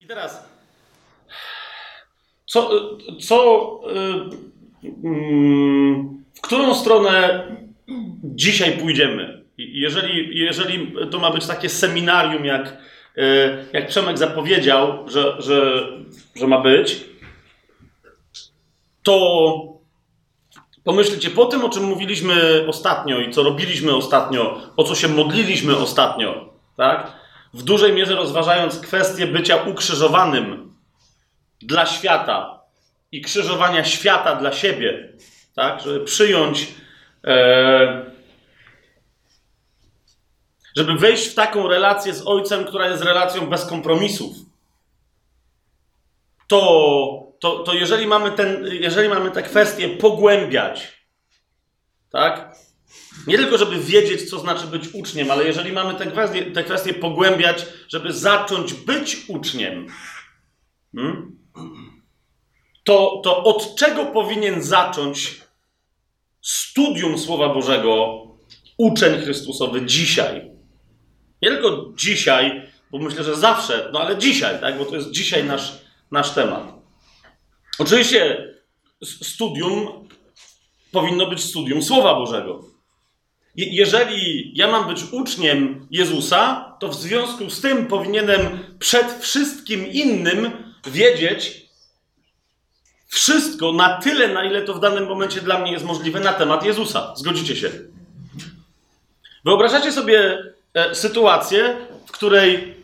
I teraz, w którą stronę dzisiaj pójdziemy? Jeżeli to ma być takie seminarium, jak Przemek zapowiedział, że ma być, to pomyślcie, po tym, o czym mówiliśmy ostatnio i co robiliśmy ostatnio, o co się modliliśmy ostatnio, tak? W dużej mierze rozważając kwestię bycia ukrzyżowanym dla świata i krzyżowania świata dla siebie, tak? Żeby przyjąć, żeby wejść w taką relację z Ojcem, która jest relacją bez kompromisów. To jeżeli mamy tę kwestię pogłębiać, tak? Nie tylko, żeby wiedzieć, co znaczy być uczniem, ale jeżeli mamy tę kwestię pogłębiać, żeby zacząć być uczniem, to od czego powinien zacząć studium Słowa Bożego uczeń Chrystusowy dzisiaj? Nie tylko dzisiaj, bo myślę, że zawsze, no ale dzisiaj, tak? Bo to jest dzisiaj nasz temat. Oczywiście studium powinno być studium Słowa Bożego. Jeżeli ja mam być uczniem Jezusa, to w związku z tym powinienem przed wszystkim innym wiedzieć wszystko na tyle, na ile to w danym momencie dla mnie jest możliwe na temat Jezusa. Zgodzicie się? Wyobrażacie sobie sytuację, w której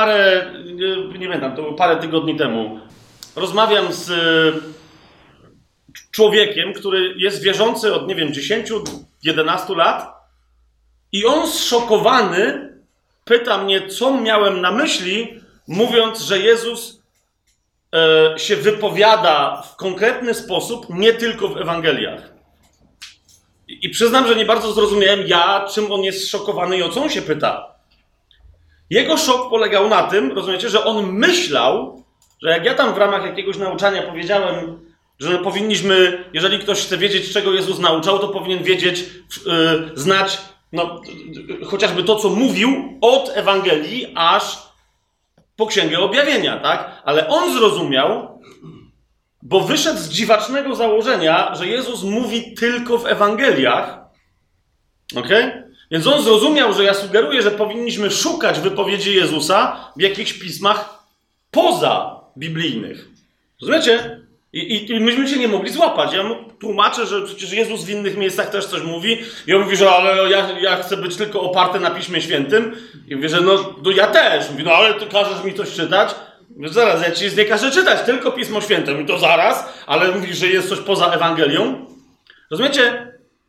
parę tygodni temu rozmawiam z człowiekiem, który jest wierzący od, 10-11 lat i on zszokowany pyta mnie, co miałem na myśli, mówiąc, że Jezus się wypowiada w konkretny sposób, nie tylko w Ewangeliach. I przyznam, że nie bardzo zrozumiałem czym on jest zszokowany i o co on się pyta. Jego szok polegał na tym, rozumiecie, że on myślał, że jak ja tam w ramach jakiegoś nauczania powiedziałem, że powinniśmy, jeżeli ktoś chce wiedzieć, czego Jezus nauczał, to powinien wiedzieć, znać chociażby to, co mówił od Ewangelii aż po Księgę Objawienia, tak? Ale on zrozumiał, bo wyszedł z dziwacznego założenia, że Jezus mówi tylko w Ewangeliach, okej? Więc on zrozumiał, że ja sugeruję, że powinniśmy szukać wypowiedzi Jezusa w jakichś pismach poza biblijnych. Rozumiecie? I myśmy się nie mogli złapać. Ja mu tłumaczę, że przecież Jezus w innych miejscach też coś mówi. I on mówi, że ale ja chcę być tylko oparty na Piśmie Świętym. I mówię, że no ja też. Mówi, no ale ty każesz mi coś czytać. Mówię, zaraz, ja ci nie każę czytać, tylko Pismo Święte. Mówi, to zaraz, ale mówi, że jest coś poza Ewangelią. Rozumiecie?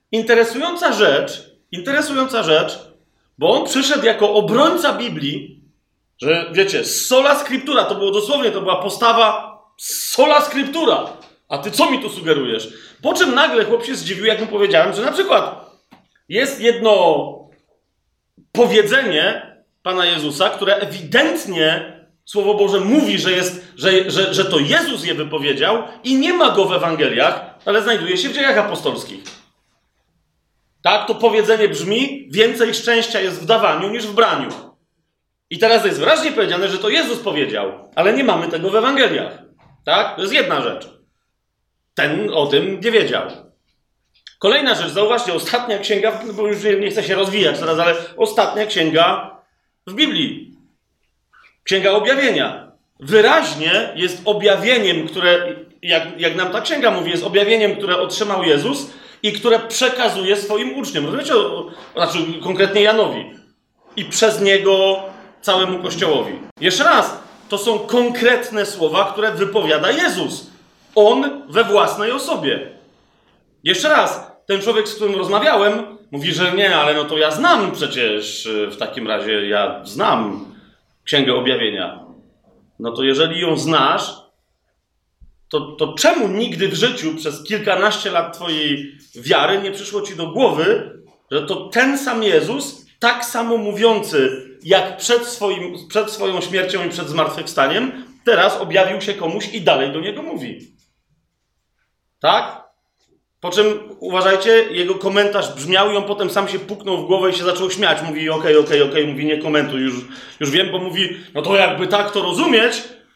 Interesująca rzecz, bo on przyszedł jako obrońca Biblii, że wiecie, sola scriptura, to było dosłownie, to była postawa sola scriptura. A ty co mi tu sugerujesz? Po czym nagle chłop się zdziwił, jak mu powiedziałem, że na przykład jest jedno powiedzenie Pana Jezusa, które ewidentnie Słowo Boże mówi, że to Jezus je wypowiedział i nie ma go w Ewangeliach, ale znajduje się w Dziejach Apostolskich. Tak, to powiedzenie brzmi, więcej szczęścia jest w dawaniu niż w braniu. I teraz jest wyraźnie powiedziane, że to Jezus powiedział, ale nie mamy tego w Ewangeliach. Tak? To jest jedna rzecz. Ten o tym nie wiedział. Kolejna rzecz, zauważcie, ostatnia księga, bo już nie chcę się rozwijać teraz, ale ostatnia księga w Biblii. Księga Objawienia. Wyraźnie jest objawieniem, które, jak nam ta księga mówi, jest objawieniem, które otrzymał Jezus i które przekazuje swoim uczniom. Rozumiecie? Znaczy konkretnie Janowi. I przez niego całemu Kościołowi. Jeszcze raz, to są konkretne słowa, które wypowiada Jezus. On we własnej osobie. Jeszcze raz, ten człowiek, z którym rozmawiałem, mówi, że nie, ale no to ja znam przecież w takim razie, ja znam Księgę Objawienia. No to jeżeli ją znasz, to czemu nigdy w życiu przez kilkanaście lat twojej wiary nie przyszło ci do głowy, że to ten sam Jezus, tak samo mówiący, jak przed swoją śmiercią i przed zmartwychwstaniem, teraz objawił się komuś i dalej do niego mówi. Tak? Po czym, uważajcie, jego komentarz brzmiał i on potem sam się puknął w głowę i się zaczął śmiać. Mówi, okej, mówi, nie komentuj, już wiem, bo mówi, no to jakby tak to rozumieć,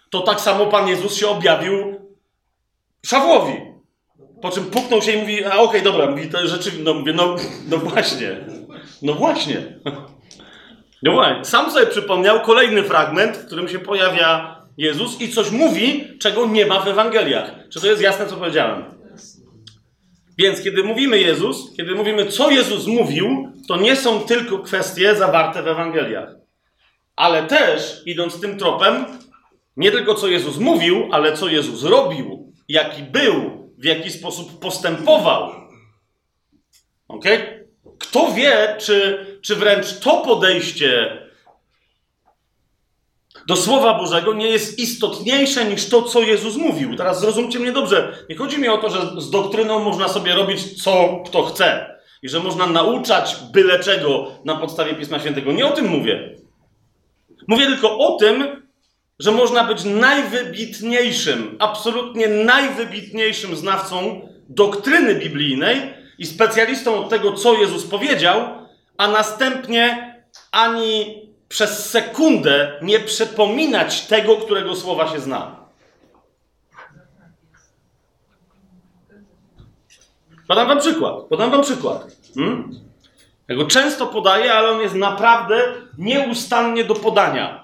to tak samo Pan Jezus się objawił Szawłowi. Po czym puknął się i mówi, okej, dobra, mówi, to rzeczywiście, no mówię, no właśnie. No właśnie. No właśnie. Sam sobie przypomniał kolejny fragment, w którym się pojawia Jezus i coś mówi, czego nie ma w Ewangeliach. Czy to jest jasne, co powiedziałem? Więc kiedy mówimy Jezus, kiedy mówimy, co Jezus mówił, to nie są tylko kwestie zawarte w Ewangeliach. Ale też, idąc tym tropem, nie tylko co Jezus mówił, ale co Jezus robił, jaki był, w jaki sposób postępował. Okej? Kto wie, czy wręcz to podejście do Słowa Bożego nie jest istotniejsze niż to, co Jezus mówił. Teraz zrozumcie mnie dobrze. Nie chodzi mi o to, że z doktryną można sobie robić, co kto chce. I że można nauczać byle czego na podstawie Pisma Świętego. Nie o tym mówię. Mówię tylko o tym, że można być najwybitniejszym, absolutnie najwybitniejszym znawcą doktryny biblijnej i specjalistą od tego, co Jezus powiedział, a następnie ani przez sekundę nie przypominać tego, którego słowa się zna. Podam wam przykład. Ja go często podaję, ale on jest naprawdę nieustannie do podania.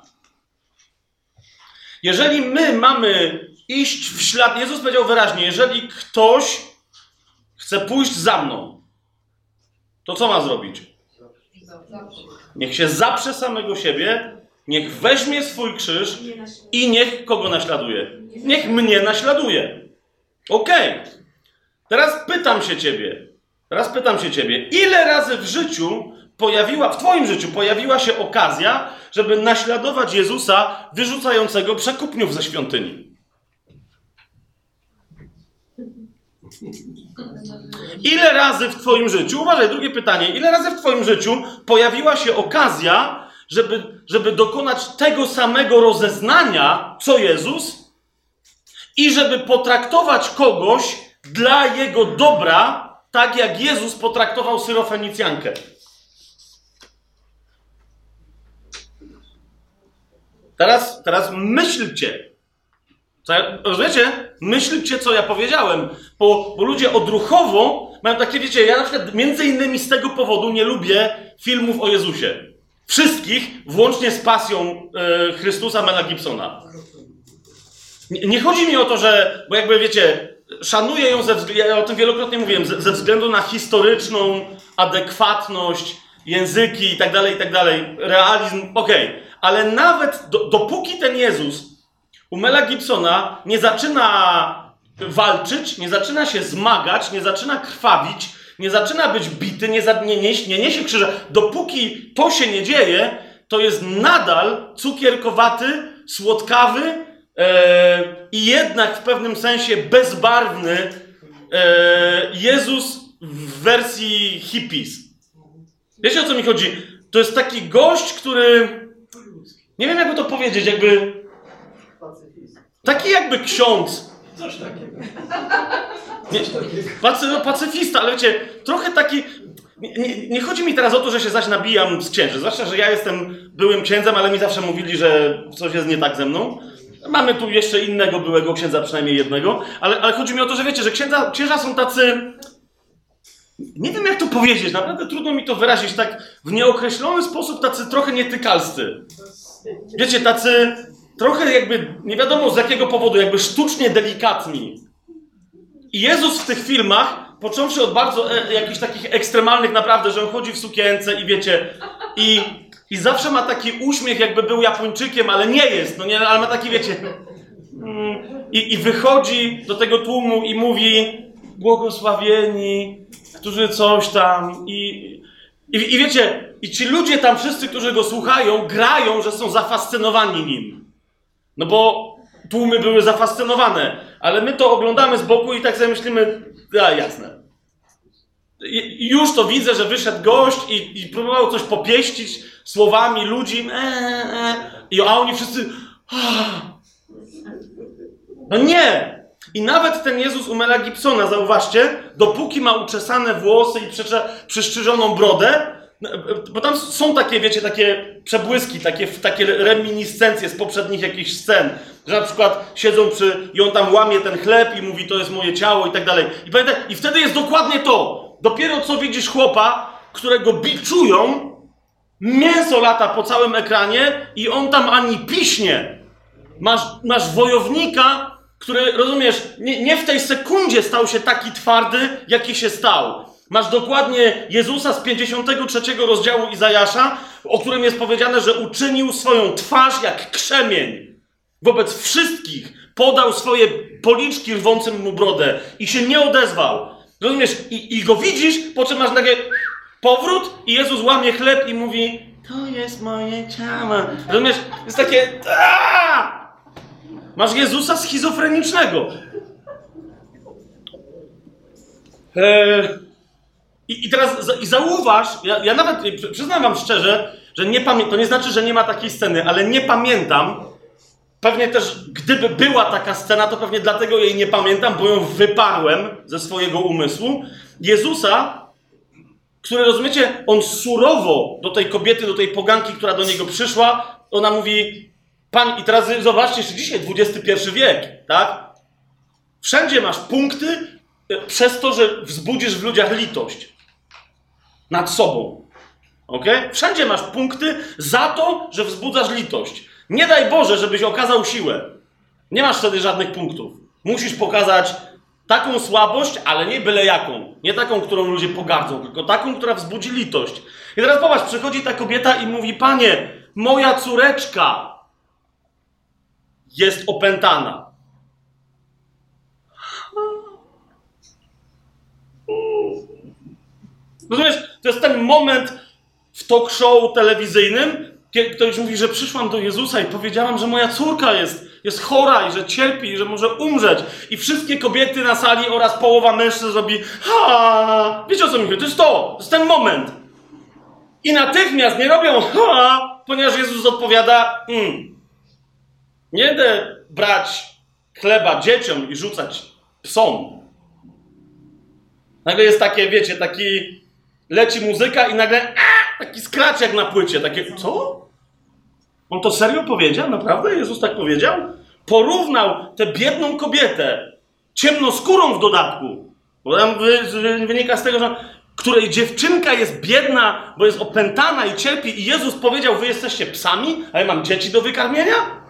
Jeżeli my mamy iść w ślad... Jezus powiedział wyraźnie, jeżeli ktoś chce pójść za mną, to co ma zrobić? Niech się zaprze samego siebie, niech weźmie swój krzyż i niech kogo naśladuje? Niech mnie naśladuje. Okej. Teraz pytam się ciebie, ile razy w twoim życiu pojawiła się okazja, żeby naśladować Jezusa wyrzucającego przekupniów ze świątyni? Ile razy w twoim życiu, uważaj, drugie pytanie, ile razy w twoim życiu pojawiła się okazja, żeby dokonać tego samego rozeznania, co Jezus i żeby potraktować kogoś dla jego dobra, tak jak Jezus potraktował Syrofenicjankę? Teraz myślcie. Rozumiecie? Myślcie, co ja powiedziałem. Bo ludzie odruchowo mają takie, wiecie, ja na przykład między innymi z tego powodu nie lubię filmów o Jezusie. Wszystkich, włącznie z Pasją Chrystusa Mela Gibsona. Nie chodzi mi o to, że, bo jakby wiecie, szanuję ją ja o tym wielokrotnie mówiłem, ze względu na historyczną adekwatność, języki i tak dalej, realizm, okej. Ale nawet dopóki ten Jezus u Mela Gibsona nie zaczyna walczyć, nie zaczyna się zmagać, nie zaczyna krwawić, nie zaczyna być bity, nie niesie krzyża, dopóki to się nie dzieje, to jest nadal cukierkowaty, słodkawy i jednak w pewnym sensie bezbarwny Jezus w wersji hippies. Wiecie, o co mi chodzi? To jest taki gość, który... Nie wiem, jakby to powiedzieć, jakby... Taki jakby ksiądz. Coś takiego. Pacyfista, ale wiecie, trochę taki... Nie chodzi mi teraz o to, że się zaś nabijam z księży. Zwłaszcza, że ja jestem byłym księdzem, ale mi zawsze mówili, że coś jest nie tak ze mną. Mamy tu jeszcze innego byłego księdza, przynajmniej jednego. Ale chodzi mi o to, że wiecie, że księża są tacy... Nie wiem, jak to powiedzieć. Naprawdę trudno mi to wyrazić. Tak w nieokreślony sposób tacy trochę nietykalscy. Wiecie, tacy trochę jakby, nie wiadomo z jakiego powodu, jakby sztucznie delikatni. I Jezus w tych filmach, począwszy od bardzo jakichś takich ekstremalnych naprawdę, że on chodzi w sukience i wiecie, i zawsze ma taki uśmiech, jakby był Japończykiem, ale nie jest, no nie, ale ma taki, wiecie, i wychodzi do tego tłumu i mówi, błogosławieni, którzy coś tam, i wiecie, i ci ludzie tam wszyscy, którzy go słuchają, grają, że są zafascynowani nim. No bo tłumy były zafascynowane, ale my to oglądamy z boku i tak sobie myślimy, jasne. I już to widzę, że wyszedł gość i próbował coś popieścić słowami ludzi, a oni wszyscy, no nie! I nawet ten Jezus u Mela Gibsona, zauważcie, dopóki ma uczesane włosy i przyszczyżoną brodę, bo tam są takie, wiecie, takie przebłyski, takie reminiscencje z poprzednich jakichś scen, że na przykład siedzą i on tam łamie ten chleb i mówi, to jest moje ciało i tak dalej. I pamiętaj, i wtedy jest dokładnie to. Dopiero co widzisz chłopa, którego biczują, mięso lata po całym ekranie i on tam ani piśnie. Masz wojownika, który, rozumiesz, nie w tej sekundzie stał się taki twardy, jaki się stał. Masz dokładnie Jezusa z 53 rozdziału Izajasza, o którym jest powiedziane, że uczynił swoją twarz jak krzemień. Wobec wszystkich podał swoje policzki rwącym mu brodę i się nie odezwał. Rozumiesz? I go widzisz, po czym masz nagle powrót i Jezus łamie chleb i mówi, to jest moje ciało. Rozumiesz? Jest takie... Masz Jezusa schizofrenicznego. I teraz zauważ, ja nawet przyznam wam szczerze, że nie pamiętam, to nie znaczy, że nie ma takiej sceny, ale nie pamiętam. Pewnie też, gdyby była taka scena, to pewnie dlatego jej nie pamiętam, bo ją wyparłem ze swojego umysłu. Jezusa, który, rozumiecie, on surowo do tej kobiety, do tej poganki, która do niego przyszła, ona mówi, Pan, i teraz zobaczcie, że dzisiaj XXI wiek, tak? Wszędzie masz punkty przez to, że wzbudzisz w ludziach litość nad sobą. Okay? Wszędzie masz punkty za to, że wzbudzasz litość. Nie daj Boże, żebyś okazał siłę. Nie masz wtedy żadnych punktów. Musisz pokazać taką słabość, ale nie byle jaką. Nie taką, którą ludzie pogardzą, tylko taką, która wzbudzi litość. I teraz popatrz, przychodzi ta kobieta i mówi, Panie, moja córeczka jest opętana. Rozumiesz? To jest ten moment w talk show telewizyjnym, kiedy ktoś mówi, że przyszłam do Jezusa i powiedziałam, że moja córka jest chora i że cierpi i że może umrzeć. I wszystkie kobiety na sali oraz połowa mężczyzn robi ha. Wiecie, o co mi chodzi? To jest ten moment. I natychmiast nie robią ha, ponieważ Jezus odpowiada nie idę brać chleba dzieciom i rzucać psom. Nagle jest takie, wiecie, leci muzyka i nagle taki skracz jak na płycie. Takie, co? On to serio powiedział? Naprawdę? Jezus tak powiedział? Porównał tę biedną kobietę, ciemnoskórą w dodatku, bo tam wynika z tego, że której dziewczynka jest biedna, bo jest opętana i cierpi i Jezus powiedział, wy jesteście psami, a ja mam dzieci do wykarmienia?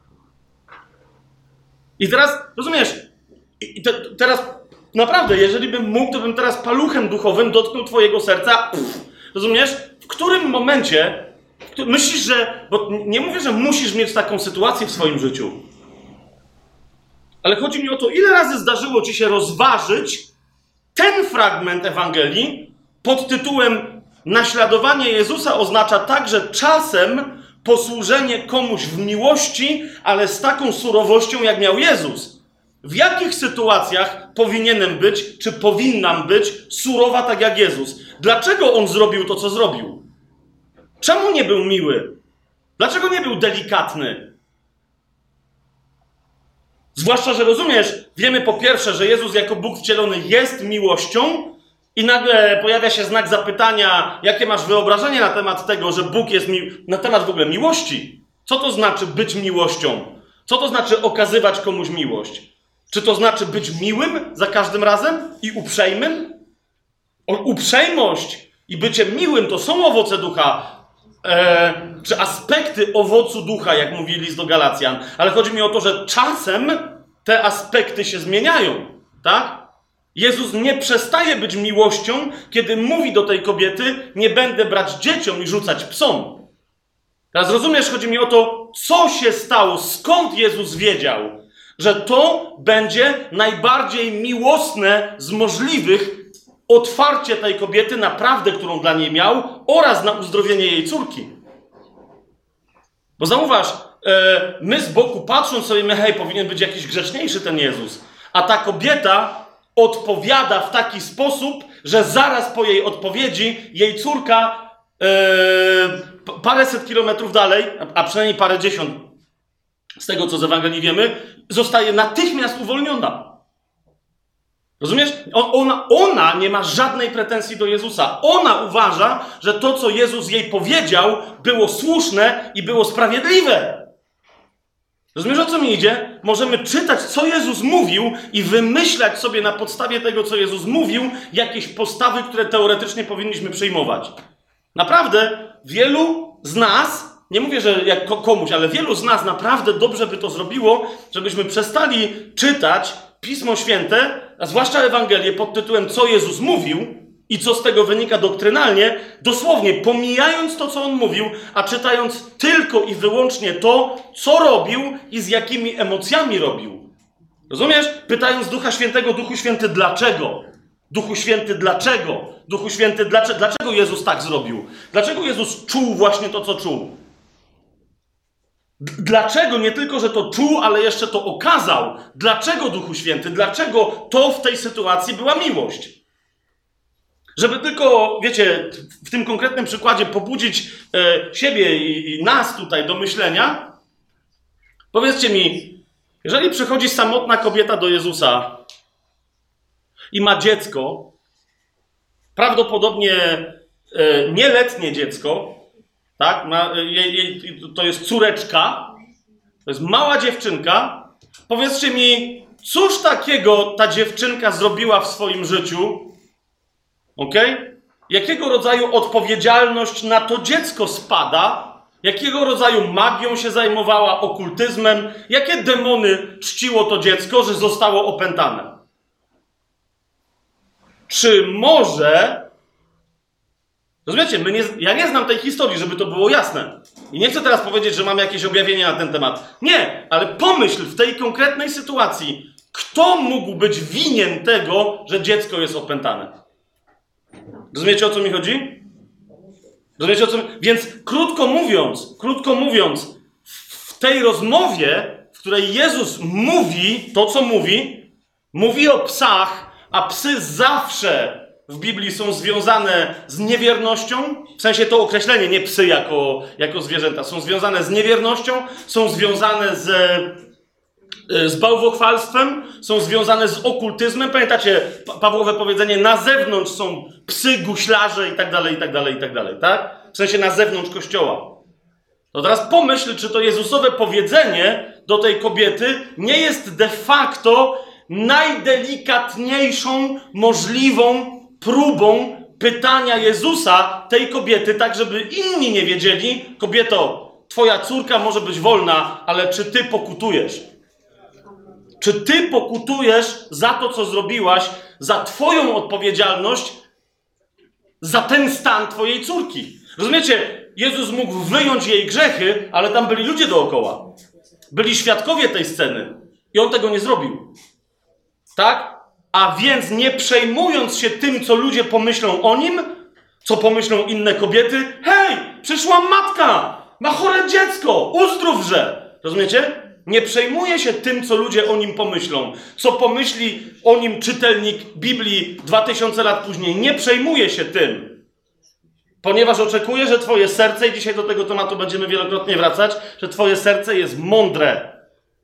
I teraz, rozumiesz, teraz naprawdę, jeżeli bym mógł, to bym teraz paluchem duchowym dotknął twojego serca. Rozumiesz? W którym momencie myślisz, że... Bo nie mówię, że musisz mieć taką sytuację w swoim życiu. Ale chodzi mi o to, ile razy zdarzyło ci się rozważyć ten fragment Ewangelii pod tytułem naśladowanie Jezusa oznacza także czasem posłużenie komuś w miłości, ale z taką surowością, jak miał Jezus. W jakich sytuacjach powinienem być, czy powinnam być surowa tak jak Jezus? Dlaczego On zrobił to, co zrobił? Czemu nie był miły? Dlaczego nie był delikatny? Zwłaszcza, że rozumiesz, wiemy po pierwsze, że Jezus jako Bóg wcielony jest miłością i nagle pojawia się znak zapytania, jakie masz wyobrażenie na temat tego, że Bóg jest na temat w ogóle miłości. Co to znaczy być miłością? Co to znaczy okazywać komuś miłość? Czy to znaczy być miłym za każdym razem i uprzejmym? Uprzejmość i bycie miłym to są owoce ducha, czy aspekty owocu ducha, jak mówi list do Galacjan. Ale chodzi mi o to, że czasem te aspekty się zmieniają, tak? Jezus nie przestaje być miłością, kiedy mówi do tej kobiety, nie będę brać dzieciom i rzucać psom. Teraz rozumiesz, chodzi mi o to, co się stało, skąd Jezus wiedział, że to będzie najbardziej miłosne z możliwych otwarcie tej kobiety na prawdę, którą dla niej miał, oraz na uzdrowienie jej córki. Bo zauważ, my z boku patrząc sobie, hej, powinien być jakiś grzeczniejszy ten Jezus. A ta kobieta odpowiada w taki sposób, że zaraz po jej odpowiedzi jej córka paręset kilometrów dalej, a przynajmniej parędziesiąt z tego, co z Ewangelii wiemy, zostaje natychmiast uwolniona. Rozumiesz? Ona nie ma żadnej pretensji do Jezusa. Ona uważa, że to, co Jezus jej powiedział, było słuszne i było sprawiedliwe. Rozumiesz, o co mi idzie? Możemy czytać, co Jezus mówił i wymyślać sobie na podstawie tego, co Jezus mówił, jakieś postawy, które teoretycznie powinniśmy przyjmować. Naprawdę, wielu z nas, nie mówię, że jak komuś, ale wielu z nas naprawdę dobrze by to zrobiło, żebyśmy przestali czytać Pismo Święte, a zwłaszcza Ewangelię pod tytułem Co Jezus mówił i co z tego wynika doktrynalnie, dosłownie pomijając to, co On mówił, a czytając tylko i wyłącznie to, co robił i z jakimi emocjami robił. Rozumiesz? Pytając Ducha Świętego, Duchu Święty, dlaczego? Duchu Święty, dlaczego? Duchu Święty, dlaczego Jezus tak zrobił? Dlaczego Jezus czuł właśnie to, co czuł? Dlaczego nie tylko, że to czuł, ale jeszcze to okazał? Dlaczego Duchu Święty? Dlaczego to w tej sytuacji była miłość? Żeby tylko, wiecie, w tym konkretnym przykładzie pobudzić siebie i nas tutaj do myślenia, powiedzcie mi, jeżeli przychodzi samotna kobieta do Jezusa i ma dziecko, prawdopodobnie nieletnie dziecko, tak? To jest córeczka, to jest mała dziewczynka. Powiedzcie mi, cóż takiego ta dziewczynka zrobiła w swoim życiu? Okej? Jakiego rodzaju odpowiedzialność na to dziecko spada? Jakiego rodzaju magią się zajmowała, okultyzmem? Jakie demony czciło to dziecko, że zostało opętane? Czy może... Rozumiecie, ja nie znam tej historii, żeby to było jasne. I nie chcę teraz powiedzieć, że mam jakieś objawienie na ten temat. Nie, ale pomyśl w tej konkretnej sytuacji, kto mógł być winien tego, że dziecko jest opętane. Rozumiecie, o co mi chodzi? Rozumiecie, o co mi... Więc krótko mówiąc, w tej rozmowie, w której Jezus mówi to, co mówi o psach, a psy zawsze w Biblii są związane z niewiernością, w sensie to określenie, nie psy jako zwierzęta, są związane z niewiernością, są związane z bałwochwalstwem, są związane z okultyzmem. Pamiętacie Pawłowe powiedzenie, na zewnątrz są psy, guślarze i tak dalej, tak? W sensie na zewnątrz kościoła. To teraz pomyśl, czy to Jezusowe powiedzenie do tej kobiety nie jest de facto najdelikatniejszą możliwą próbą pytania Jezusa tej kobiety, tak żeby inni nie wiedzieli, kobieto, twoja córka może być wolna, ale czy ty pokutujesz? Czy ty pokutujesz za to, co zrobiłaś, za twoją odpowiedzialność, za ten stan twojej córki? Rozumiecie? Jezus mógł wyjąć jej grzechy, ale tam byli ludzie dookoła. Byli świadkowie tej sceny. I on tego nie zrobił. Tak? A więc nie przejmując się tym, co ludzie pomyślą o nim, co pomyślą inne kobiety, hej, przyszła matka, ma chore dziecko, uzdrówże. Rozumiecie? Nie przejmuje się tym, co ludzie o nim pomyślą. Co pomyśli o nim czytelnik Biblii 2000 lat później. Nie przejmuje się tym. Ponieważ oczekuje, że twoje serce, i dzisiaj do tego tematu będziemy wielokrotnie wracać, że twoje serce jest mądre.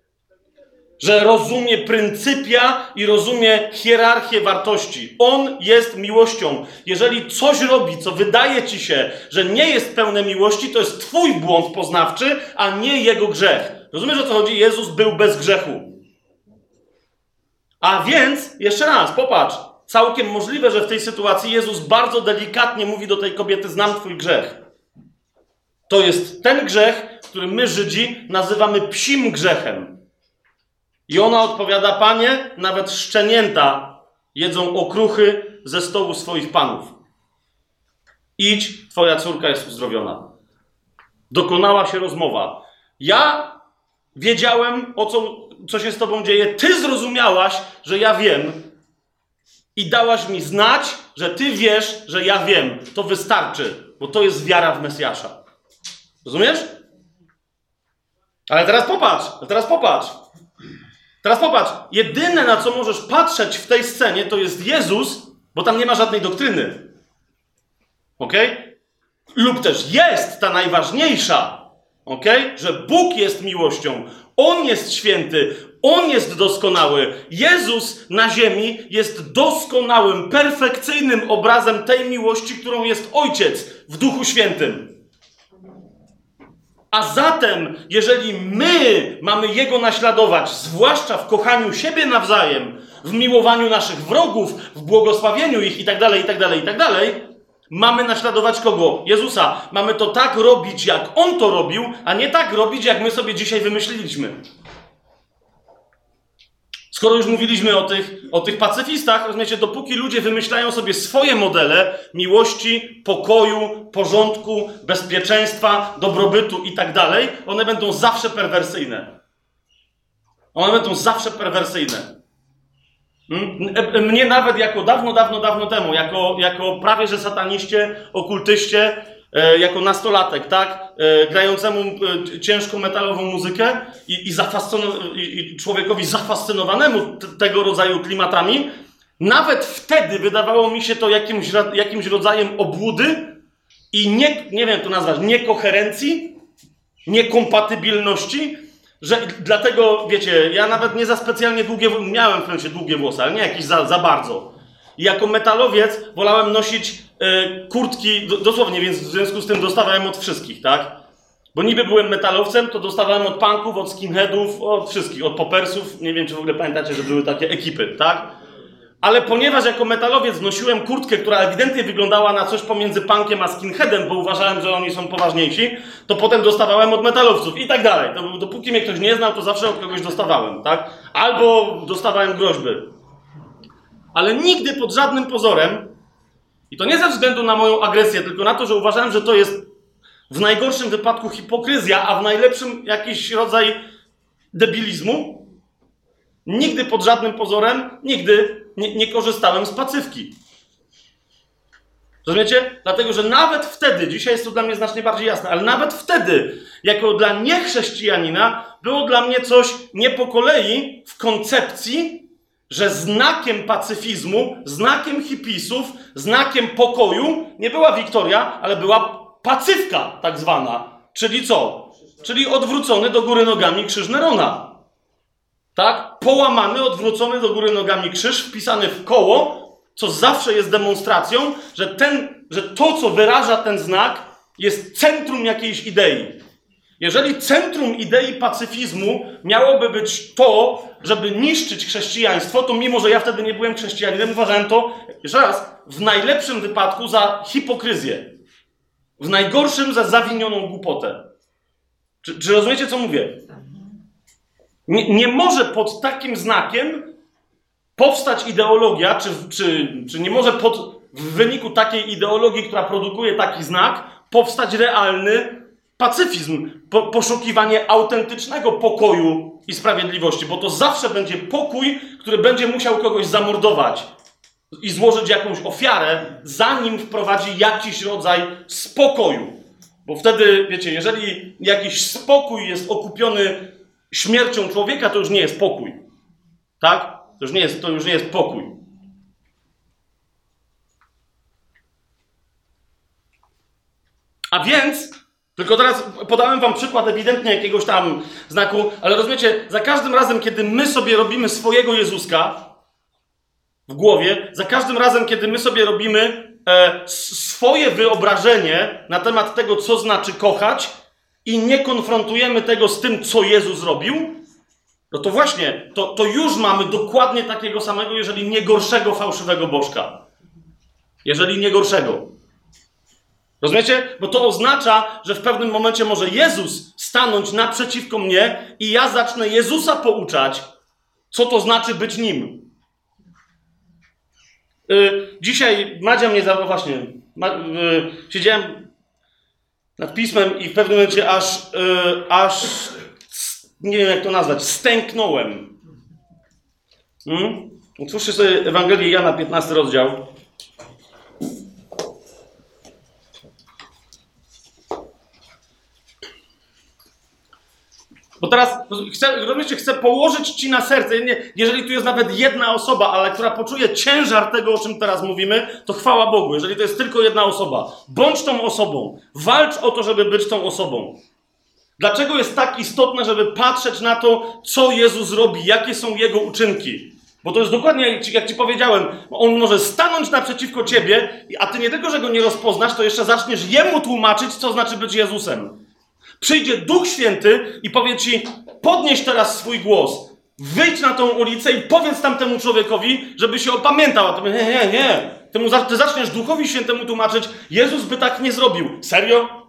Że rozumie pryncypia i rozumie hierarchię wartości. On jest miłością. Jeżeli coś robi, co wydaje ci się, że nie jest pełne miłości, to jest twój błąd poznawczy, a nie jego grzech. Rozumiesz, o co chodzi? Jezus był bez grzechu. A więc, jeszcze raz, popatrz. Całkiem możliwe, że w tej sytuacji Jezus bardzo delikatnie mówi do tej kobiety, znam twój grzech. To jest ten grzech, który my, Żydzi, nazywamy psim grzechem. I ona odpowiada, Panie, nawet szczenięta jedzą okruchy ze stołu swoich panów. Idź, twoja córka jest uzdrowiona. Dokonała się rozmowa. Ja wiedziałem, co się z tobą dzieje. Ty zrozumiałaś, że ja wiem. I dałaś mi znać, że ty wiesz, że ja wiem. To wystarczy, bo to jest wiara w Mesjasza. Rozumiesz? Ale teraz popatrz. Teraz popatrz. Jedyne, na co możesz patrzeć w tej scenie, to jest Jezus, bo tam nie ma żadnej doktryny. Okej? Lub też jest ta najważniejsza. Okej? Że Bóg jest miłością. On jest święty, On jest doskonały. Jezus na ziemi jest doskonałym, perfekcyjnym obrazem tej miłości, którą jest Ojciec w Duchu Świętym. A zatem, jeżeli my mamy Jego naśladować, zwłaszcza w kochaniu siebie nawzajem, w miłowaniu naszych wrogów, w błogosławieniu ich itd., mamy naśladować kogo? Jezusa. Mamy to tak robić, jak On to robił, a nie tak robić, jak my sobie dzisiaj wymyśliliśmy. Skoro już mówiliśmy o tych pacyfistach, rozumiecie, dopóki ludzie wymyślają sobie swoje modele miłości, pokoju, porządku, bezpieczeństwa, dobrobytu i tak dalej, one będą zawsze perwersyjne. One będą zawsze perwersyjne. Mnie nawet jako dawno temu, jako prawie że sataniście, okultyście, jako nastolatek, tak, grającemu ciężką metalową muzykę i człowiekowi zafascynowanemu tego rodzaju klimatami, nawet wtedy wydawało mi się to jakimś rodzajem obłudy i nie wiem to nazwać, niekoherencji, niekompatybilności, że dlatego, wiecie, ja nawet nie za specjalnie miałem w sensie długie włosy, ale nie jakieś za bardzo. I jako metalowiec wolałem nosić kurtki, dosłownie, więc w związku z tym dostawałem od wszystkich, tak? Bo niby byłem metalowcem, to dostawałem od punków, od skinheadów, od wszystkich, od popersów. Nie wiem, czy w ogóle pamiętacie, że były takie ekipy, tak? Ale ponieważ jako metalowiec nosiłem kurtkę, która ewidentnie wyglądała na coś pomiędzy punkiem a skinheadem, bo uważałem, że oni są poważniejsi, to potem dostawałem od metalowców i tak dalej. Dopóki mnie ktoś nie znał, to zawsze od kogoś dostawałem, tak? Albo dostawałem groźby. Ale nigdy pod żadnym pozorem, i to nie ze względu na moją agresję, tylko na to, że uważałem, że to jest w najgorszym wypadku hipokryzja, a w najlepszym jakiś rodzaj debilizmu, nigdy pod żadnym pozorem, nigdy nie korzystałem z pacywki. Rozumiecie? Dlatego, że nawet wtedy, dzisiaj jest to dla mnie znacznie bardziej jasne, ale nawet wtedy, jako dla niechrześcijanina, było dla mnie coś nie po kolei w koncepcji, że znakiem pacyfizmu, znakiem hipisów, znakiem pokoju nie była Wiktoria, ale była pacywka tak zwana. Czyli co? Czyli odwrócony do góry nogami krzyż Nerona. Tak? Połamany, odwrócony do góry nogami krzyż, wpisany w koło, co zawsze jest demonstracją, że to, co wyraża ten znak, jest centrum jakiejś idei. Jeżeli centrum idei pacyfizmu miałoby być to, żeby niszczyć chrześcijaństwo, to mimo, że ja wtedy nie byłem chrześcijaninem, uważałem to, jeszcze raz, w najlepszym wypadku za hipokryzję. W najgorszym za zawinioną głupotę. Czy rozumiecie, co mówię? Nie może pod takim znakiem powstać ideologia, czy nie może w wyniku takiej ideologii, która produkuje taki znak, powstać realny pacyfizm, poszukiwanie autentycznego pokoju i sprawiedliwości, bo to zawsze będzie pokój, który będzie musiał kogoś zamordować i złożyć jakąś ofiarę, zanim wprowadzi jakiś rodzaj spokoju. Bo wtedy, wiecie, jeżeli jakiś spokój jest okupiony śmiercią człowieka, to już nie jest pokój. Tak? To już nie jest pokój. A więc, tylko teraz podałem wam przykład ewidentnie jakiegoś tam znaku, ale rozumiecie, za każdym razem, kiedy my sobie robimy swojego Jezuska w głowie, za każdym razem, kiedy my sobie robimy swoje wyobrażenie na temat tego, co znaczy kochać i nie konfrontujemy tego z tym, co Jezus robił, no to właśnie, to już mamy dokładnie takiego samego, jeżeli nie gorszego fałszywego bożka. Jeżeli nie gorszego. Rozumiecie? Bo to oznacza, że w pewnym momencie może Jezus stanąć naprzeciwko mnie i ja zacznę Jezusa pouczać, co to znaczy być Nim. Dzisiaj Madzia mnie właśnie, siedziałem nad pismem i w pewnym momencie aż nie wiem jak to nazwać, stęknąłem. Otwórzcie sobie Ewangelię Jana, 15 rozdział. Bo teraz chcę położyć ci na serce, jeżeli tu jest nawet jedna osoba, ale która poczuje ciężar tego, o czym teraz mówimy, to chwała Bogu. Jeżeli to jest tylko jedna osoba, bądź tą osobą. Walcz o to, żeby być tą osobą. Dlaczego jest tak istotne, żeby patrzeć na to, co Jezus robi, jakie są Jego uczynki? Bo to jest dokładnie, jak ci powiedziałem, On może stanąć naprzeciwko ciebie, a ty nie tylko, że Go nie rozpoznasz, to jeszcze zaczniesz Jemu tłumaczyć, co znaczy być Jezusem. Przyjdzie Duch Święty i powie ci, podnieś teraz swój głos, wyjdź na tą ulicę i powiedz tamtemu człowiekowi, żeby się opamiętał. A ty mówisz, nie. Ty zaczniesz Duchowi Świętemu tłumaczyć, Jezus by tak nie zrobił. Serio?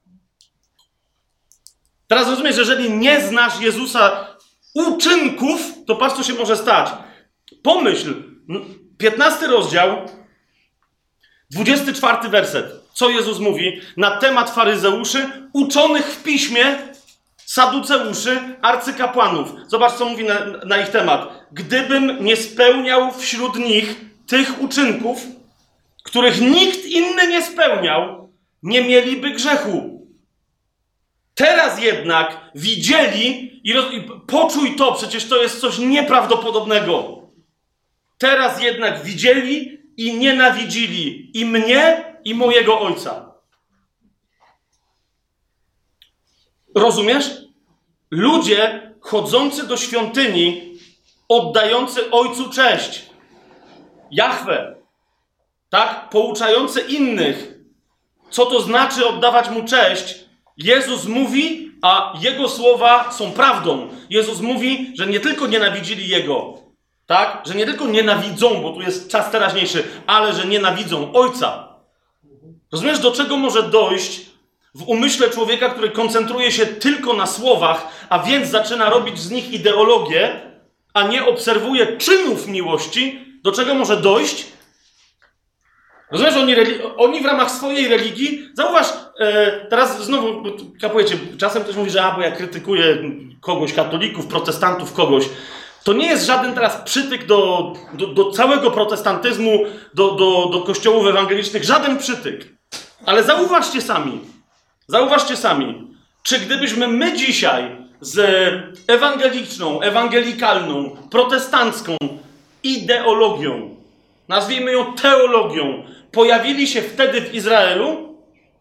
Teraz rozumiesz, jeżeli nie znasz Jezusa uczynków, to patrz, co się może stać. Pomyśl, 15 rozdział, 24 werset. Co Jezus mówi na temat faryzeuszy, uczonych w piśmie, saduceuszy, arcykapłanów. Zobacz, co mówi na ich temat. Gdybym nie spełniał wśród nich tych uczynków, których nikt inny nie spełniał, nie mieliby grzechu. Teraz jednak widzieli i poczuj to, przecież to jest coś nieprawdopodobnego. Teraz jednak widzieli i nienawidzili i mnie, i mojego Ojca. Rozumiesz? Ludzie chodzący do świątyni, oddający Ojcu cześć. Jahwe. Tak? Pouczający innych. Co to znaczy oddawać Mu cześć? Jezus mówi, a Jego słowa są prawdą. Jezus mówi, że nie tylko nienawidzili Jego, tak? Że nie tylko nienawidzą, bo tu jest czas teraźniejszy, ale że nienawidzą Ojca. Rozumiesz, do czego może dojść w umyśle człowieka, który koncentruje się tylko na słowach, a więc zaczyna robić z nich ideologię, a nie obserwuje czynów miłości, do czego może dojść? Rozumiesz, oni w ramach swojej religii, zauważ, teraz znowu, kapujecie, czasem ktoś mówi, że bo ja krytykuję kogoś, katolików, protestantów, kogoś. To nie jest żaden teraz przytyk do całego protestantyzmu, do kościołów ewangelicznych, żaden przytyk. Ale zauważcie sami, czy gdybyśmy my dzisiaj z ewangelikalną, protestancką ideologią, nazwijmy ją teologią, pojawili się wtedy w Izraelu,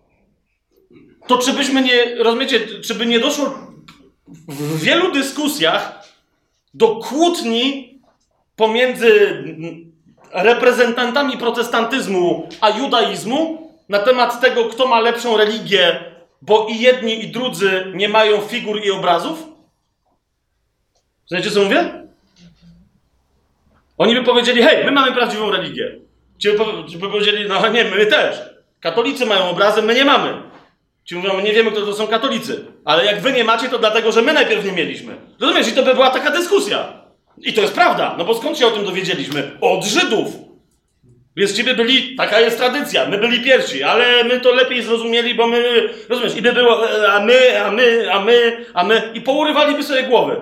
to czy byśmy nie, rozumiecie, czy by nie doszło w wielu dyskusjach do kłótni pomiędzy reprezentantami protestantyzmu a judaizmu na temat tego, kto ma lepszą religię, bo i jedni, i drudzy nie mają figur i obrazów? Znacie, co mówię? Oni by powiedzieli, hej, my mamy prawdziwą religię. Ci by powiedzieli, no nie, my też. Katolicy mają obrazy, my nie mamy. Ci mówią, my nie wiemy, kto to są katolicy. Ale jak wy nie macie, to dlatego, że my najpierw nie mieliśmy. Rozumiesz? I to by była taka dyskusja. I to jest prawda. No bo skąd się o tym dowiedzieliśmy? Od Żydów. Więc ci by byli, taka jest tradycja, my byli pierwsi, ale my to lepiej zrozumieli, bo my, rozumiesz, i by było, a my, i pourywaliby sobie głowy.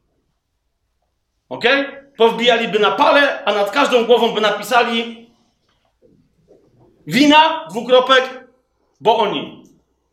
Okej? Powbijaliby na pale, a nad każdą głową by napisali wina, dwukropek, bo oni.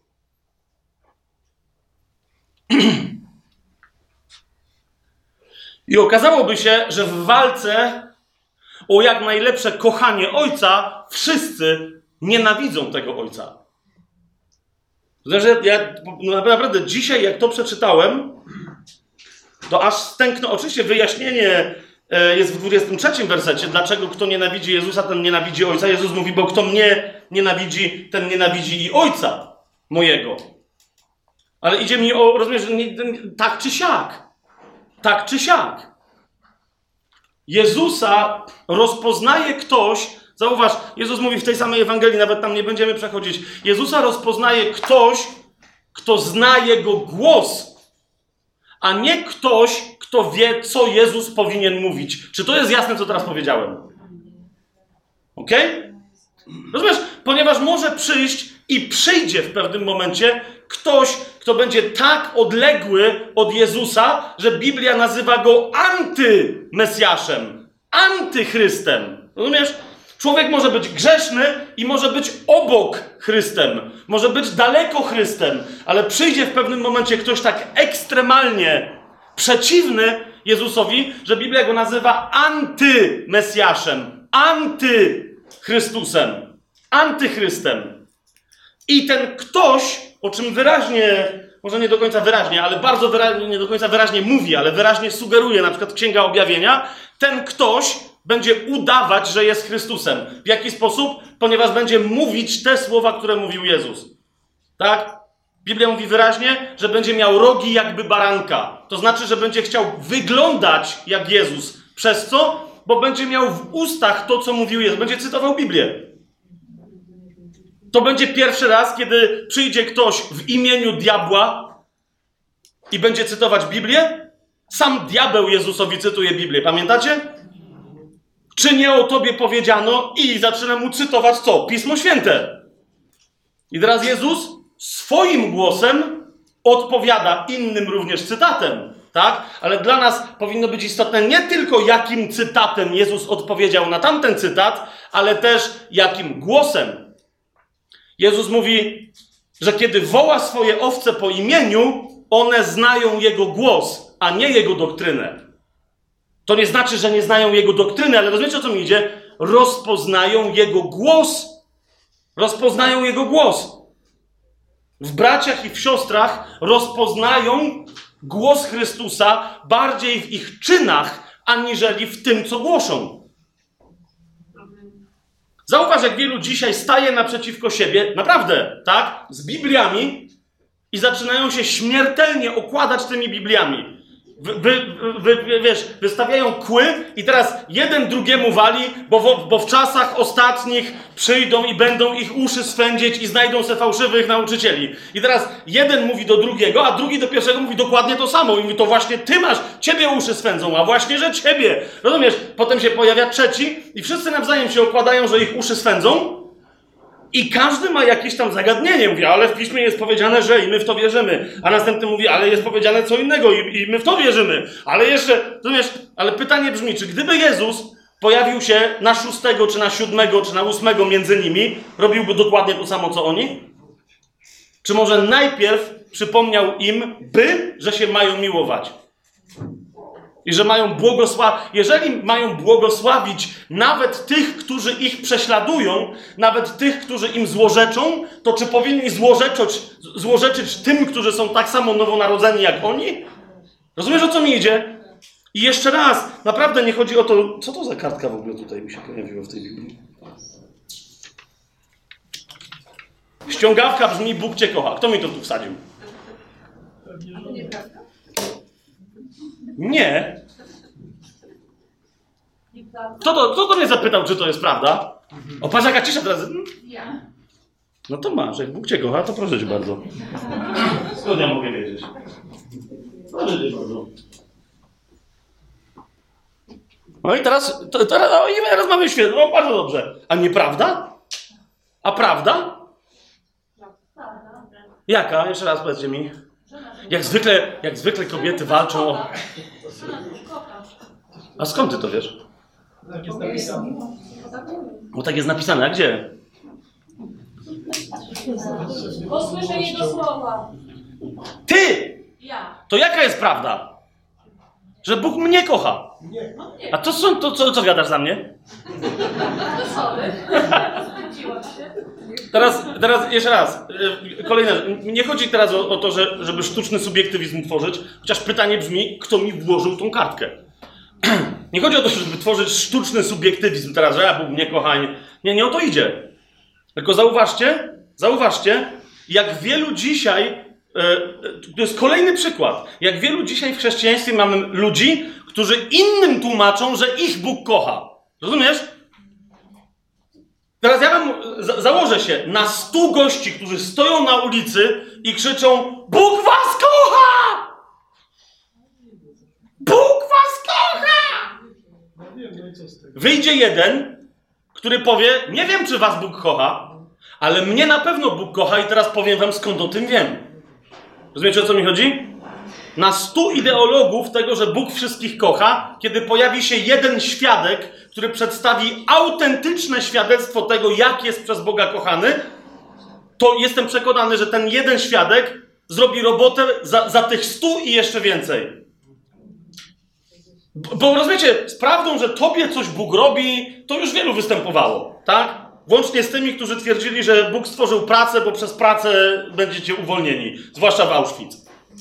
I okazałoby się, że w walce o jak najlepsze kochanie Ojca wszyscy nienawidzą tego Ojca. Znaczy, ja naprawdę dzisiaj, jak to przeczytałem, to aż stęknę. Oczywiście wyjaśnienie jest w 23 wersecie, dlaczego kto nienawidzi Jezusa, ten nienawidzi Ojca. Jezus mówi, bo kto mnie nienawidzi, ten nienawidzi i Ojca mojego. Ale idzie mi o, rozumiesz, tak czy siak. Tak czy siak. Jezusa rozpoznaje ktoś, zauważ, Jezus mówi w tej samej Ewangelii, nawet tam nie będziemy przechodzić. Jezusa rozpoznaje ktoś, kto zna Jego głos, a nie ktoś, kto wie, co Jezus powinien mówić. Czy to jest jasne, co teraz powiedziałem? Okej? Rozumiesz? Ponieważ może przyjść i przyjdzie w pewnym momencie ktoś, kto będzie tak odległy od Jezusa, że Biblia nazywa go antymesjaszem, antychrystem. Rozumiesz? Człowiek może być grzeszny i może być obok Chrystem, może być daleko Chrystem, ale przyjdzie w pewnym momencie ktoś tak ekstremalnie przeciwny Jezusowi, że Biblia go nazywa antymesjaszem, antychrystusem, antychrystem. I ten ktoś, o czym wyraźnie może nie do końca wyraźnie, ale bardzo wyraźnie, nie do końca wyraźnie mówi, ale wyraźnie sugeruje, na przykład Księga Objawienia, ten ktoś będzie udawać, że jest Chrystusem. W jaki sposób? Ponieważ będzie mówić te słowa, które mówił Jezus. Tak? Biblia mówi wyraźnie, że będzie miał rogi jakby baranka. To znaczy, że będzie chciał wyglądać jak Jezus. Przez co? Bo będzie miał w ustach to, co mówił Jezus. Będzie cytował Biblię. To będzie pierwszy raz, kiedy przyjdzie ktoś w imieniu diabła i będzie cytować Biblię. Sam diabeł Jezusowi cytuje Biblię. Pamiętacie? Czy nie o tobie powiedziano? I zaczyna mu cytować co? Pismo Święte. I teraz Jezus swoim głosem odpowiada innym również cytatem. Tak? Ale dla nas powinno być istotne nie tylko jakim cytatem Jezus odpowiedział na tamten cytat, ale też jakim głosem. Jezus mówi, że kiedy woła swoje owce po imieniu, one znają Jego głos, a nie Jego doktrynę. To nie znaczy, że nie znają Jego doktryny, ale rozumiecie, o co mi idzie? Rozpoznają Jego głos. Rozpoznają Jego głos. W braciach i w siostrach rozpoznają głos Chrystusa bardziej w ich czynach, aniżeli w tym, co głoszą. Zauważ, jak wielu dzisiaj staje naprzeciwko siebie, naprawdę, tak, z Bibliami i zaczynają się śmiertelnie okładać tymi Bibliami. Wiesz, wystawiają kły i teraz jeden drugiemu wali, bo w czasach ostatnich przyjdą i będą ich uszy swędzić i znajdą se fałszywych nauczycieli. I teraz jeden mówi do drugiego, a drugi do pierwszego mówi dokładnie to samo. I mówi, to właśnie ty masz, ciebie uszy swędzą, a właśnie, że ciebie. Rozumiesz? Potem się pojawia trzeci i wszyscy nawzajem się okładają, że ich uszy swędzą. I każdy ma jakieś tam zagadnienie. Mówi, ale w Piśmie jest powiedziane, że i my w to wierzymy. A następny mówi, ale jest powiedziane co innego i my w to wierzymy. Ale jeszcze, rozumiesz, ale pytanie brzmi, czy gdyby Jezus pojawił się na 6, czy na 7, czy na 8 między nimi, robiłby dokładnie to samo, co oni? Czy może najpierw przypomniał im, że się mają miłować? I że mają jeżeli mają błogosławić nawet tych, którzy ich prześladują, nawet tych, którzy im złorzeczą, to czy powinni złorzeczyć tym, którzy są tak samo nowonarodzeni jak oni? Rozumiesz, o co mi idzie? I jeszcze raz, naprawdę nie chodzi o to, co to za kartka w ogóle tutaj mi się pojawiła w tej Biblii. Ściągawka brzmi, Bóg cię kocha. Kto mi to tu wsadził? Nie. Kto to mnie zapytał, czy to jest prawda? O, patrz, jaka cisza teraz. Ja. No to masz, jak Bóg cię kocha, to proszę cię bardzo. Skąd ja mogę wiedzieć? Proszę cię bardzo. No i teraz mamy świetnie. No bardzo dobrze. A nieprawda? A prawda? Jaka? Jeszcze raz powiedzcie mi. Jak zwykle kobiety walczą o... A skąd ty to wiesz? Tak jest napisane. Bo tak jest napisane, a gdzie? Bo słyszę jego słowa. Ty! Ja. To jaka jest prawda? Że Bóg mnie kocha. No nie. A to co gadasz za mnie? To sorry. Zgodziłam się. Teraz jeszcze raz. Kolejna rzecz. Nie chodzi teraz o to, żeby sztuczny subiektywizm tworzyć, chociaż pytanie brzmi, kto mi włożył tą kartkę. Nie chodzi o to, żeby tworzyć sztuczny subiektywizm teraz, że ja Bóg mnie kocha. Nie o to idzie. Tylko zauważcie, jak wielu dzisiaj, to jest kolejny przykład, jak wielu dzisiaj w chrześcijaństwie mamy ludzi, którzy innym tłumaczą, że ich Bóg kocha. Rozumiesz? Teraz ja wam założę się na 100 gości, którzy stoją na ulicy i krzyczą: Bóg was kocha! Bóg was kocha! Wyjdzie jeden, który powie: nie wiem, czy was Bóg kocha, ale mnie na pewno Bóg kocha i teraz powiem wam, skąd o tym wiem. Rozumiecie, o co mi chodzi? Na 100 ideologów tego, że Bóg wszystkich kocha, kiedy pojawi się jeden świadek, który przedstawi autentyczne świadectwo tego, jak jest przez Boga kochany, to jestem przekonany, że ten jeden świadek zrobi robotę za tych 100 i jeszcze więcej. Bo rozumiecie, z prawdą, że tobie coś Bóg robi, to już wielu występowało, tak? Włącznie z tymi, którzy twierdzili, że Bóg stworzył pracę, bo przez pracę będziecie uwolnieni. Zwłaszcza w Auschwitz.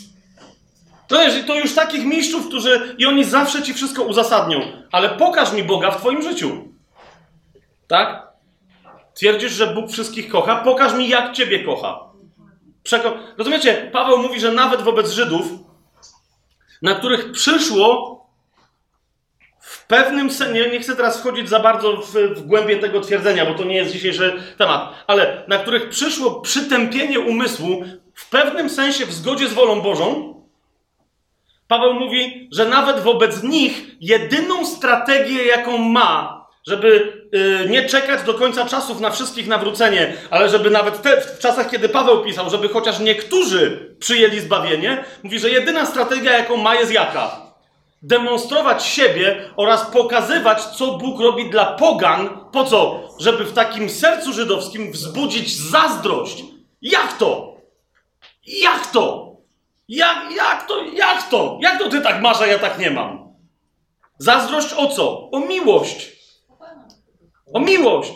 To już takich mistrzów, którzy... I oni zawsze ci wszystko uzasadnią. Ale pokaż mi Boga w twoim życiu. Tak? Twierdzisz, że Bóg wszystkich kocha? Pokaż mi, jak ciebie kocha. Rozumiecie? Paweł mówi, że nawet wobec Żydów, na których przyszło w pewnym sensie, nie chcę teraz wchodzić za bardzo w głębię tego twierdzenia, bo to nie jest dzisiejszy temat, ale na których przyszło przytępienie umysłu w pewnym sensie w zgodzie z wolą Bożą, Paweł mówi, że nawet wobec nich jedyną strategię, jaką ma, żeby nie czekać do końca czasów na wszystkich nawrócenie, ale żeby nawet w czasach, kiedy Paweł pisał, żeby chociaż niektórzy przyjęli zbawienie, mówi, że jedyna strategia, jaką ma, jest jaka? Demonstrować siebie oraz pokazywać, co Bóg robi dla pogan. Po co? Żeby w takim sercu żydowskim wzbudzić zazdrość. Jak to? Jak to? Jak to? Jak to ty tak masz, a ja tak nie mam? Zazdrość o co? O miłość. O miłość.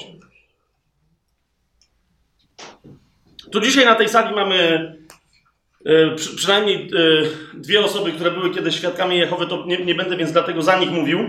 Tu dzisiaj na tej sali mamy przynajmniej dwie osoby, które były kiedyś świadkami Jehowy, to nie będę więc dlatego za nich mówił,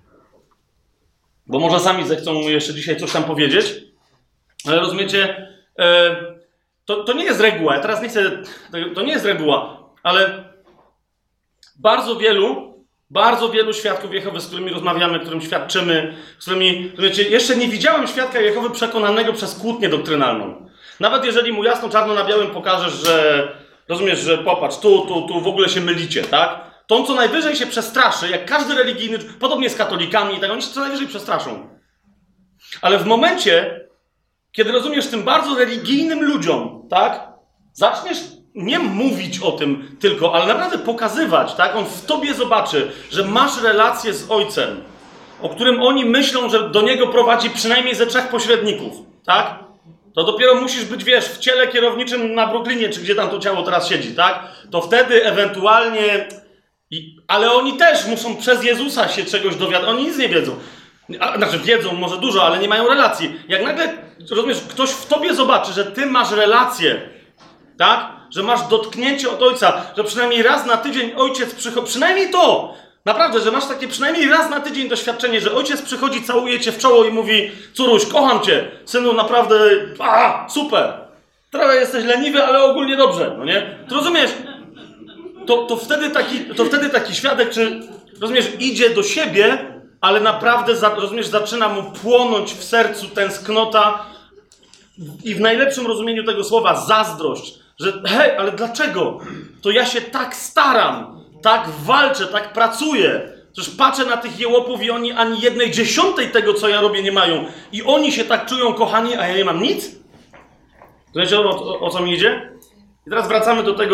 bo może sami zechcą jeszcze dzisiaj coś tam powiedzieć, ale rozumiecie, to nie jest reguła, ja teraz nie chcę, to nie jest reguła, ale bardzo wielu świadków Jehowy, z którymi rozmawiamy, którym świadczymy, z którymi, rozumiecie, jeszcze nie widziałem świadka Jehowy przekonanego przez kłótnię doktrynalną. Nawet jeżeli mu jasno, czarno na białym pokażesz, że rozumiesz, że popatrz, tu w ogóle się mylicie, tak? To on co najwyżej się przestraszy, jak każdy religijny, podobnie z katolikami i tak, oni się co najwyżej przestraszą. Ale w momencie, kiedy rozumiesz tym bardzo religijnym ludziom, tak? Zaczniesz nie mówić o tym tylko, ale naprawdę pokazywać, tak? On w tobie zobaczy, że masz relację z Ojcem, o którym oni myślą, że do niego prowadzi przynajmniej ze 3 pośredników, tak? To dopiero musisz być, wiesz, w ciele kierowniczym na Brooklynie, czy gdzie tam to ciało teraz siedzi, tak? To wtedy ewentualnie... Ale oni też muszą przez Jezusa się czegoś dowiadać. Oni nic nie wiedzą. Znaczy wiedzą może dużo, ale nie mają relacji. Jak nagle, rozumiesz, ktoś w tobie zobaczy, że ty masz relację, tak? Że masz dotknięcie od Ojca, że przynajmniej raz na tydzień Ojciec przychodzi... Przynajmniej to! Naprawdę, że masz takie przynajmniej raz na tydzień doświadczenie, że Ojciec przychodzi, całuje cię w czoło i mówi: córuś, kocham cię, synu, naprawdę, super. Trochę jesteś leniwy, ale ogólnie dobrze, no nie? To rozumiesz? To wtedy taki świadek, czy, rozumiesz, idzie do siebie, ale naprawdę, rozumiesz, zaczyna mu płonąć w sercu tęsknota i w najlepszym rozumieniu tego słowa zazdrość, że hej, ale dlaczego? To ja się tak staram, tak walczę, tak pracuję. Przecież patrzę na tych jełopów i oni ani 1/10 tego, co ja robię, nie mają. I oni się tak czują kochani, a ja nie mam nic? Wiecie, o co mi idzie? I teraz wracamy do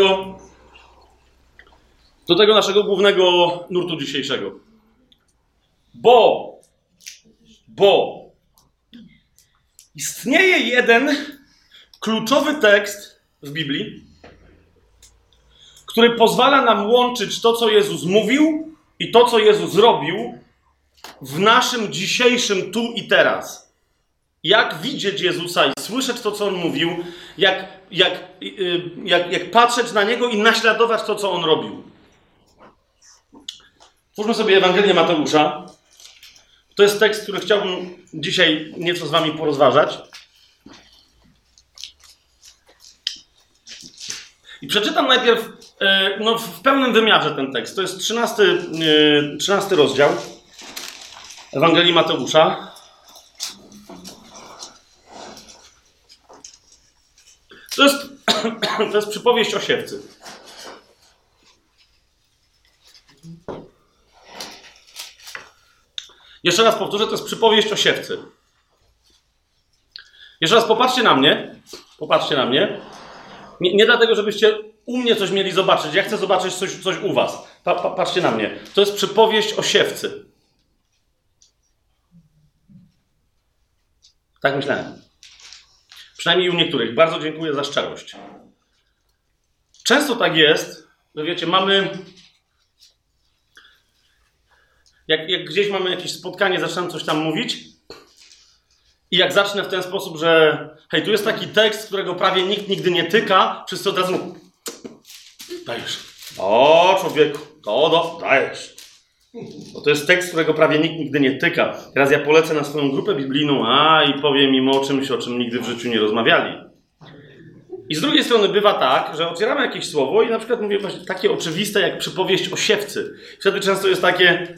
tego naszego głównego nurtu dzisiejszego. Bo istnieje jeden kluczowy tekst w Biblii, który pozwala nam łączyć to, co Jezus mówił i to, co Jezus zrobił w naszym dzisiejszym tu i teraz. Jak widzieć Jezusa i słyszeć to, co On mówił, jak patrzeć na Niego i naśladować to, co On robił. Otwórzmy sobie Ewangelię Mateusza. To jest tekst, który chciałbym dzisiaj nieco z wami porozważać. I przeczytam najpierw w pełnym wymiarze ten tekst. To jest 13 rozdział Ewangelii Mateusza. To jest przypowieść o siewcy. Jeszcze raz powtórzę, to jest przypowieść o siewcy. Jeszcze raz popatrzcie na mnie. Popatrzcie na mnie. Nie dlatego, żebyście u mnie coś mieli zobaczyć. Ja chcę zobaczyć coś u was. Patrzcie na mnie. To jest przypowieść o siewcy. Tak myślałem. Przynajmniej u niektórych. Bardzo dziękuję za szczerość. Często tak jest, że wiecie, mamy... Jak gdzieś mamy jakieś spotkanie, zaczynam coś tam mówić I jak zacznę w ten sposób, że hej, tu jest taki tekst, którego prawie nikt nigdy nie tyka, wszyscy od razu dajesz. O, człowieku, dajesz. Bo to jest tekst, którego prawie nikt nigdy nie tyka. Teraz ja polecę na swoją grupę biblijną, i powiem im o czym nigdy w życiu nie rozmawiali. I z drugiej strony bywa tak, że otwieramy jakieś słowo i na przykład mówię właśnie takie oczywiste jak przypowieść o siewcy. Wtedy często jest takie...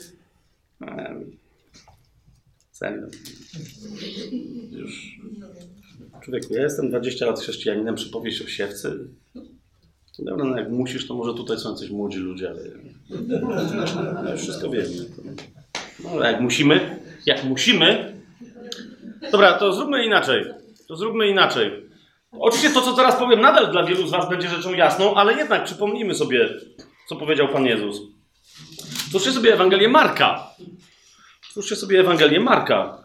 Serio. Już... Człowieku, ja jestem 20 lat chrześcijaninem, przypowieść o siewcy. Dobra, no jak musisz, to może tutaj są jacyś młodzi ludzie, ale ja już wszystko wiem. No ale jak musimy... Dobra, to zróbmy inaczej. Oczywiście to, co teraz powiem, nadal dla wielu z was będzie rzeczą jasną, ale jednak przypomnijmy sobie, co powiedział Pan Jezus. Otwórzcie sobie Ewangelię Marka.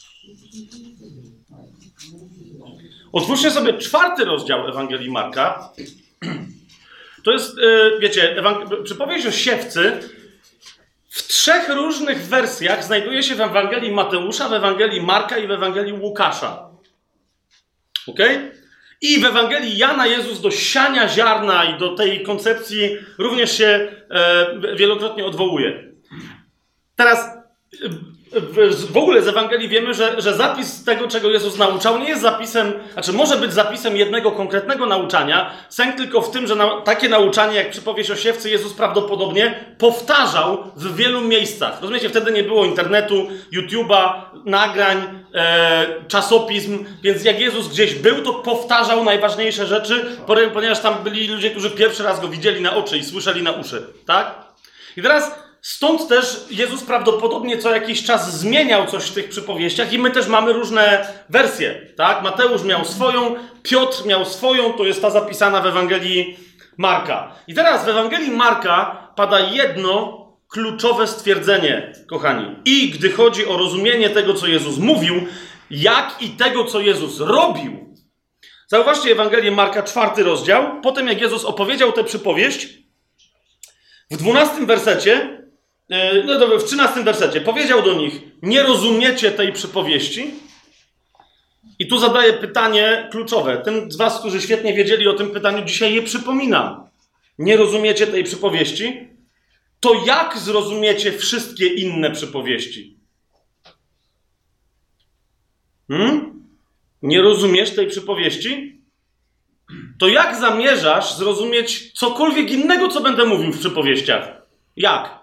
Otwórzcie sobie 4 rozdział Ewangelii Marka. To jest, wiecie, przypowieść o siewcy w 3 różnych wersjach znajduje się w Ewangelii Mateusza, w Ewangelii Marka i w Ewangelii Łukasza. Okej? I w Ewangelii Jana Jezus do siania ziarna i do tej koncepcji również się wielokrotnie odwołuje. Teraz w ogóle z Ewangelii wiemy, że zapis tego, czego Jezus nauczał, nie jest zapisem, może być zapisem jednego konkretnego nauczania. Sęk tylko w tym, że takie nauczanie, jak przypowieść o siewcy, Jezus prawdopodobnie powtarzał w wielu miejscach. Rozumiecie, wtedy nie było internetu, YouTube'a, nagrań, czasopism, więc jak Jezus gdzieś był, to powtarzał najważniejsze rzeczy, ponieważ tam byli ludzie, którzy pierwszy raz go widzieli na oczy i słyszeli na uszy. Tak? I teraz stąd też Jezus prawdopodobnie co jakiś czas zmieniał coś w tych przypowieściach i my też mamy różne wersje, tak? Mateusz miał swoją, Piotr miał swoją, to jest ta zapisana w Ewangelii Marka. I teraz w Ewangelii Marka pada jedno kluczowe stwierdzenie, kochani. I gdy chodzi o rozumienie tego, co Jezus mówił, jak i tego, co Jezus robił. Zauważcie Ewangelię Marka, 4 rozdział. Potem jak Jezus opowiedział tę przypowieść, w 12 wersecie, w 13 wersecie powiedział do nich: nie rozumiecie tej przypowieści? I tu zadaję pytanie kluczowe. Tym z was, którzy świetnie wiedzieli o tym pytaniu, dzisiaj je przypominam. Nie rozumiecie tej przypowieści? To jak zrozumiecie wszystkie inne przypowieści? Nie rozumiesz tej przypowieści? To jak zamierzasz zrozumieć cokolwiek innego, co będę mówił w przypowieściach? Jak?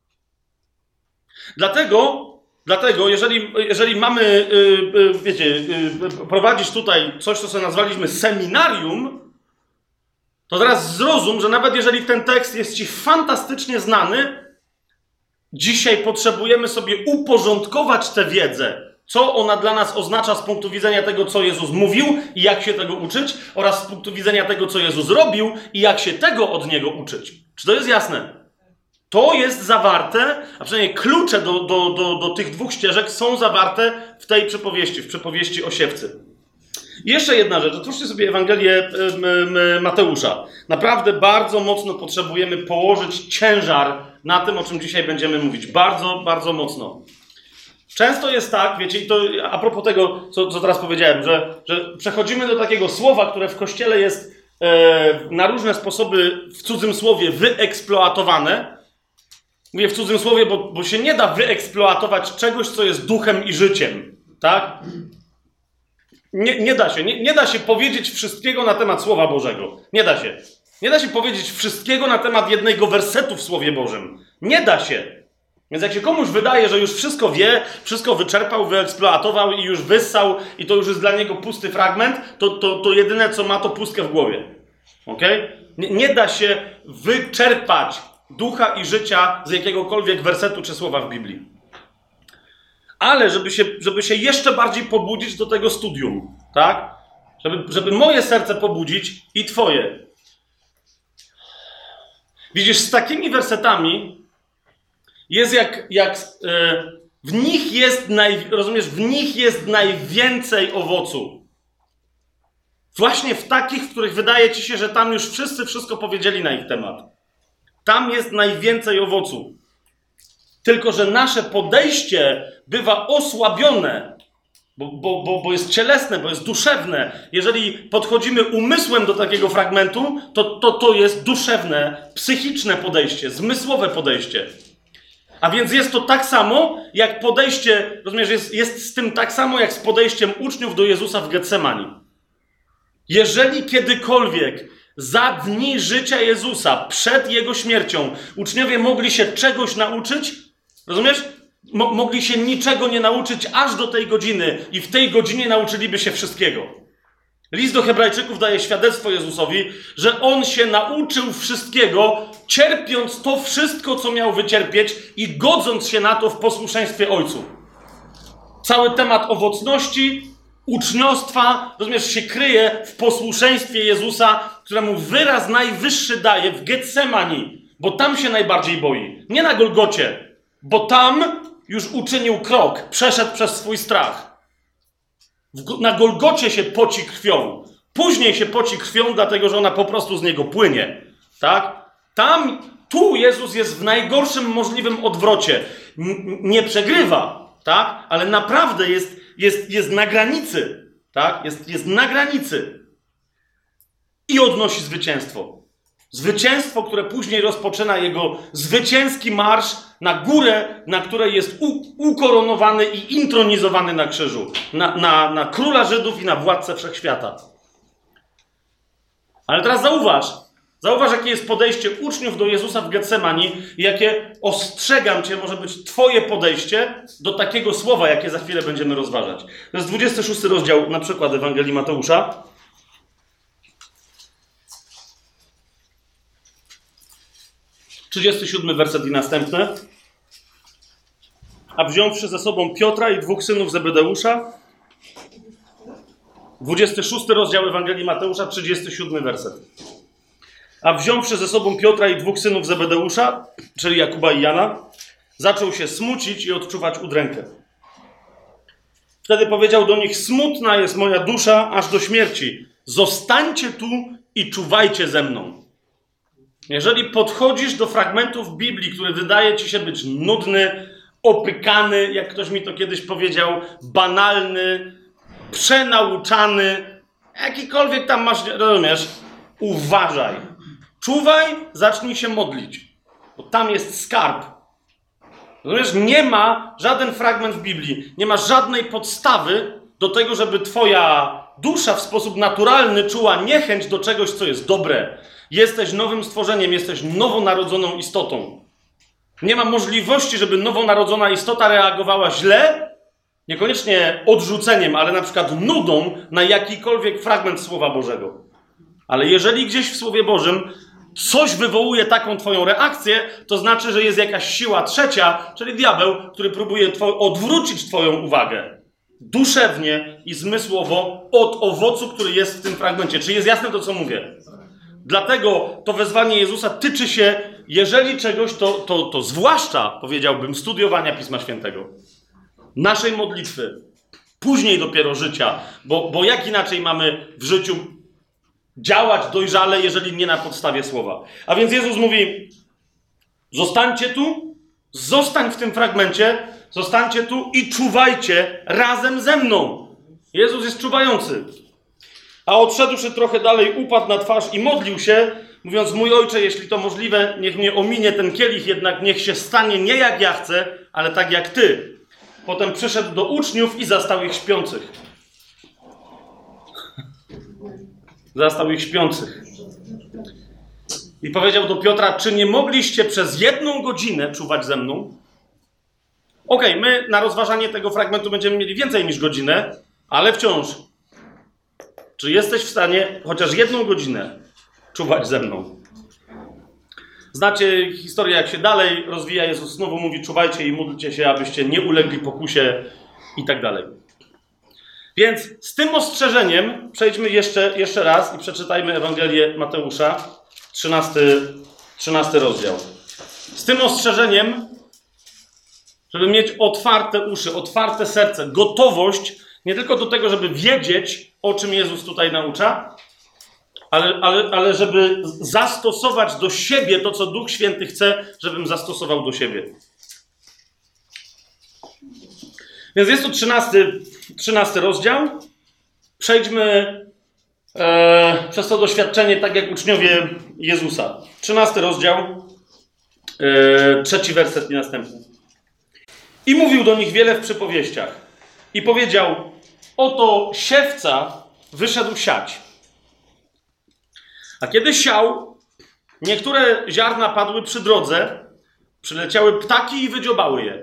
Dlatego jeżeli mamy, prowadzić tutaj coś, co sobie nazwaliśmy seminarium, to teraz zrozum, że nawet jeżeli ten tekst jest ci fantastycznie znany, dzisiaj potrzebujemy sobie uporządkować tę wiedzę. Co ona dla nas oznacza z punktu widzenia tego, co Jezus mówił i jak się tego uczyć, oraz z punktu widzenia tego, co Jezus robił i jak się tego od Niego uczyć. Czy to jest jasne? To jest zawarte, a przynajmniej klucze do tych 2 ścieżek są zawarte w tej przypowieści, w przypowieści o siewcy. I jeszcze jedna rzecz. Otwórzcie sobie Ewangelię Mateusza. Naprawdę bardzo mocno potrzebujemy położyć ciężar na tym, o czym dzisiaj będziemy mówić. Bardzo, bardzo mocno. Często jest tak, wiecie, i to a propos tego, co teraz powiedziałem, że przechodzimy do takiego słowa, które w Kościele jest na różne sposoby w cudzym słowie wyeksploatowane. Mówię w cudzym słowie, bo się nie da wyeksploatować czegoś, co jest duchem i życiem. Tak? Nie da się. Nie da się powiedzieć wszystkiego na temat Słowa Bożego. Nie da się. Nie da się powiedzieć wszystkiego na temat jednego wersetu w Słowie Bożym. Nie da się. Więc jak się komuś wydaje, że już wszystko wie, wszystko wyczerpał, wyeksploatował i już wyssał i to już jest dla niego pusty fragment, to jedyne, co ma, to pustkę w głowie. Okej? Nie da się wyczerpać ducha i życia z jakiegokolwiek wersetu czy słowa w Biblii. Ale żeby się jeszcze bardziej pobudzić do tego studium, tak? Żeby moje serce pobudzić i twoje. Widzisz, z takimi wersetami jest w nich jest, rozumiesz, w nich jest najwięcej owocu. Właśnie w takich, w których wydaje ci się, że tam już wszyscy wszystko powiedzieli na ich temat. Tam jest najwięcej owocu. Tylko że nasze podejście bywa osłabione, bo jest cielesne, bo jest duszewne. Jeżeli podchodzimy umysłem do takiego fragmentu, to jest duszewne, psychiczne podejście, zmysłowe podejście. A więc jest to tak samo, jak podejście, rozumiesz, jest z tym tak samo, jak z podejściem uczniów do Jezusa w Getsemani. Jeżeli kiedykolwiek za dni życia Jezusa, przed Jego śmiercią, uczniowie mogli się czegoś nauczyć, rozumiesz? Mogli się niczego nie nauczyć aż do tej godziny i w tej godzinie nauczyliby się wszystkiego. List do Hebrajczyków daje świadectwo Jezusowi, że On się nauczył wszystkiego, cierpiąc to wszystko, co miał wycierpieć i godząc się na to w posłuszeństwie Ojcu. Cały temat owocności, uczniostwa, rozumiesz, się kryje w posłuszeństwie Jezusa, któremu wyraz najwyższy daje w Getsemani, bo tam się najbardziej boi. Nie na Golgocie, bo tam już uczynił krok, przeszedł przez swój strach. Na Golgocie się poci krwią. Później się poci krwią, dlatego że ona po prostu z niego płynie. Tak? Tu Jezus jest w najgorszym możliwym odwrocie. Nie przegrywa, tak? Ale naprawdę jest na granicy. Tak? Jest na granicy. I odnosi zwycięstwo. Zwycięstwo, które później rozpoczyna jego zwycięski marsz na górę, na której jest ukoronowany i intronizowany na krzyżu. Na króla Żydów i na władcę wszechświata. Ale teraz zauważ, jakie jest podejście uczniów do Jezusa w Getsemani i jakie, ostrzegam cię, może być twoje podejście do takiego słowa, jakie za chwilę będziemy rozważać. To jest 26 rozdział, na przykład Ewangelii Mateusza. 37 werset i następne. A wziąwszy ze sobą Piotra i 2 synów Zebedeusza. 26 rozdział Ewangelii Mateusza, 37 werset. A wziąwszy ze sobą Piotra i 2 synów Zebedeusza, czyli Jakuba i Jana, zaczął się smucić i odczuwać udrękę. Wtedy powiedział do nich: smutna jest moja dusza aż do śmierci. Zostańcie tu i czuwajcie ze mną. Jeżeli podchodzisz do fragmentów Biblii, który wydaje ci się być nudny, opykany, jak ktoś mi to kiedyś powiedział, banalny, przenauczany, jakikolwiek tam masz, rozumiesz, uważaj. Czuwaj, zacznij się modlić, bo tam jest skarb. Rozumiesz, nie ma żaden fragment w Biblii, nie ma żadnej podstawy do tego, żeby twoja dusza w sposób naturalny czuła niechęć do czegoś, co jest dobre. Jesteś nowym stworzeniem, jesteś nowonarodzoną istotą. Nie ma możliwości, żeby nowonarodzona istota reagowała źle, niekoniecznie odrzuceniem, ale na przykład nudą na jakikolwiek fragment Słowa Bożego. Ale jeżeli gdzieś w Słowie Bożym coś wywołuje taką twoją reakcję, to znaczy, że jest jakaś siła trzecia, czyli diabeł, który próbuje odwrócić twoją uwagę duszewnie i zmysłowo od owocu, który jest w tym fragmencie. Czy jest jasne to, co mówię? Dlatego to wezwanie Jezusa tyczy się, jeżeli czegoś, to zwłaszcza, powiedziałbym, studiowania Pisma Świętego. Naszej modlitwy. Później dopiero życia. Bo jak inaczej mamy w życiu działać dojrzale, jeżeli nie na podstawie słowa. A więc Jezus mówi: zostańcie tu, zostań w tym fragmencie, zostańcie tu i czuwajcie razem ze mną. Jezus jest czuwający. A odszedłszy trochę dalej, upadł na twarz i modlił się, mówiąc: mój Ojcze, jeśli to możliwe, niech mnie ominie ten kielich, jednak niech się stanie nie jak ja chcę, ale tak jak Ty. Potem przyszedł do uczniów i zastał ich śpiących. Zastał ich śpiących. I powiedział do Piotra: czy nie mogliście przez 1 godzinę czuwać ze mną? Okej, my na rozważanie tego fragmentu będziemy mieli więcej niż godzinę, ale wciąż. Czy jesteś w stanie chociaż 1 godzinę czuwać ze mną? Znacie historię, jak się dalej rozwija. Jezus znowu mówi: czuwajcie i módlcie się, abyście nie ulegli pokusie i tak dalej. Więc z tym ostrzeżeniem przejdźmy jeszcze raz i przeczytajmy Ewangelię Mateusza, 13 rozdział. Z tym ostrzeżeniem, żeby mieć otwarte uszy, otwarte serce, gotowość nie tylko do tego, żeby wiedzieć, o czym Jezus tutaj naucza, ale żeby zastosować do siebie to, co Duch Święty chce, żebym zastosował do siebie. Więc jest to 13 rozdział. Przejdźmy przez to doświadczenie, tak jak uczniowie Jezusa. 13 rozdział, 3 werset i następny. I mówił do nich wiele w przypowieściach. I powiedział, oto siewca wyszedł siać. A kiedy siał, niektóre ziarna padły przy drodze, przyleciały ptaki i wydziobały je.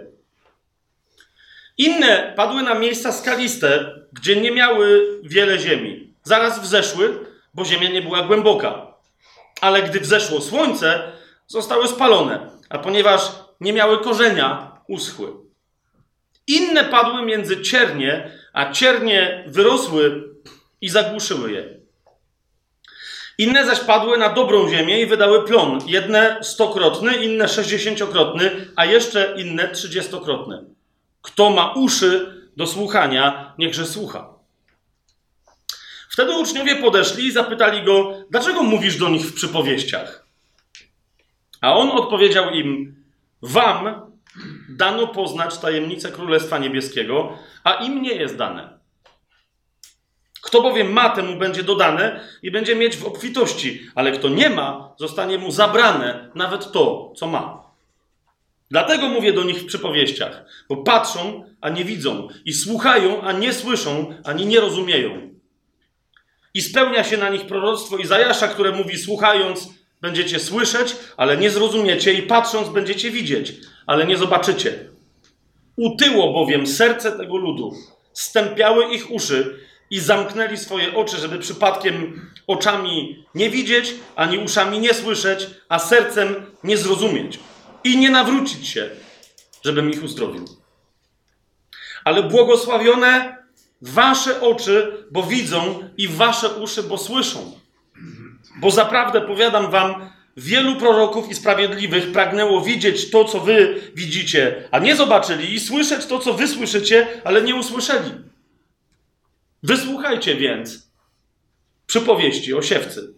Inne padły na miejsca skaliste, gdzie nie miały wiele ziemi. Zaraz wzeszły, bo ziemia nie była głęboka. Ale gdy wzeszło słońce, zostały spalone, a ponieważ nie miały korzenia, uschły. Inne padły między ciernie, a ciernie wyrosły i zagłuszyły je. Inne zaś padły na dobrą ziemię i wydały plon. Jedne 100-krotny, inne 60-krotny, a jeszcze inne 30-krotny. Kto ma uszy do słuchania, niechże słucha. Wtedy uczniowie podeszli i zapytali go, dlaczego mówisz do nich w przypowieściach? A on odpowiedział im, wam dano poznać tajemnicę Królestwa Niebieskiego, a im nie jest dane. Kto bowiem ma, temu będzie dodane i będzie mieć w obfitości, ale kto nie ma, zostanie mu zabrane nawet to, co ma. Dlatego mówię do nich w przypowieściach, bo patrzą, a nie widzą i słuchają, a nie słyszą, ani nie rozumieją. I spełnia się na nich proroctwo Izajasza, które mówi, słuchając, będziecie słyszeć, ale nie zrozumiecie i patrząc, będziecie widzieć, ale nie zobaczycie. Utyło bowiem serce tego ludu, stępiały ich uszy i zamknęli swoje oczy, żeby przypadkiem oczami nie widzieć, ani uszami nie słyszeć, a sercem nie zrozumieć i nie nawrócić się, żebym ich uzdrowił. Ale błogosławione wasze oczy, bo widzą, i wasze uszy, bo słyszą. Bo zaprawdę powiadam wam, wielu proroków i sprawiedliwych pragnęło widzieć to, co wy widzicie, a nie zobaczyli, i słyszeć to, co wy słyszycie, ale nie usłyszeli. Wysłuchajcie więc przypowieści o siewcy.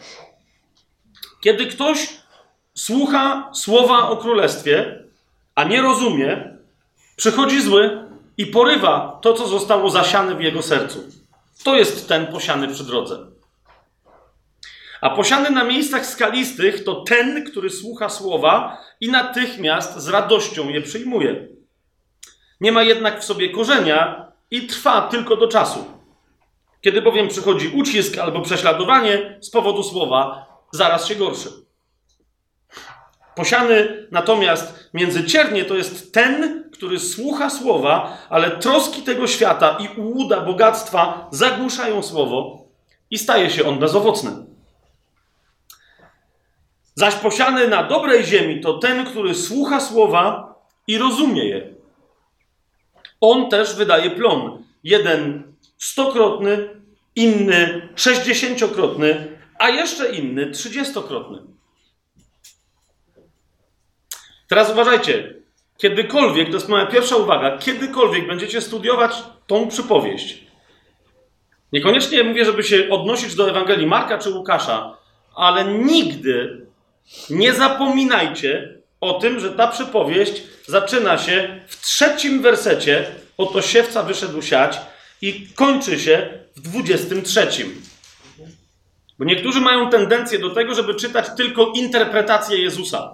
Kiedy ktoś słucha słowa o królestwie, a nie rozumie, przychodzi zły i porywa to, co zostało zasiane w jego sercu. To jest ten posiany przy drodze. A posiany na miejscach skalistych to ten, który słucha słowa i natychmiast z radością je przyjmuje. Nie ma jednak w sobie korzenia i trwa tylko do czasu. Kiedy bowiem przychodzi ucisk albo prześladowanie z powodu słowa, zaraz się gorszy. Posiany natomiast między ciernie to jest ten, który słucha słowa, ale troski tego świata i ułuda bogactwa zagłuszają słowo i staje się on bezowocny. Zaś posiany na dobrej ziemi to ten, który słucha słowa i rozumie je. On też wydaje plon. Jeden 100-krotny, inny 60-krotny, a jeszcze inny 30-krotny. Teraz uważajcie, kiedykolwiek, to jest moja pierwsza uwaga, kiedykolwiek będziecie studiować tą przypowieść. Niekoniecznie mówię, żeby się odnosić do Ewangelii Marka czy Łukasza, ale nigdy nie zapominajcie o tym, że ta przypowieść zaczyna się w 3 wersecie, oto siewca wyszedł siać, i kończy się w 23. Bo niektórzy mają tendencję do tego, żeby czytać tylko interpretację Jezusa.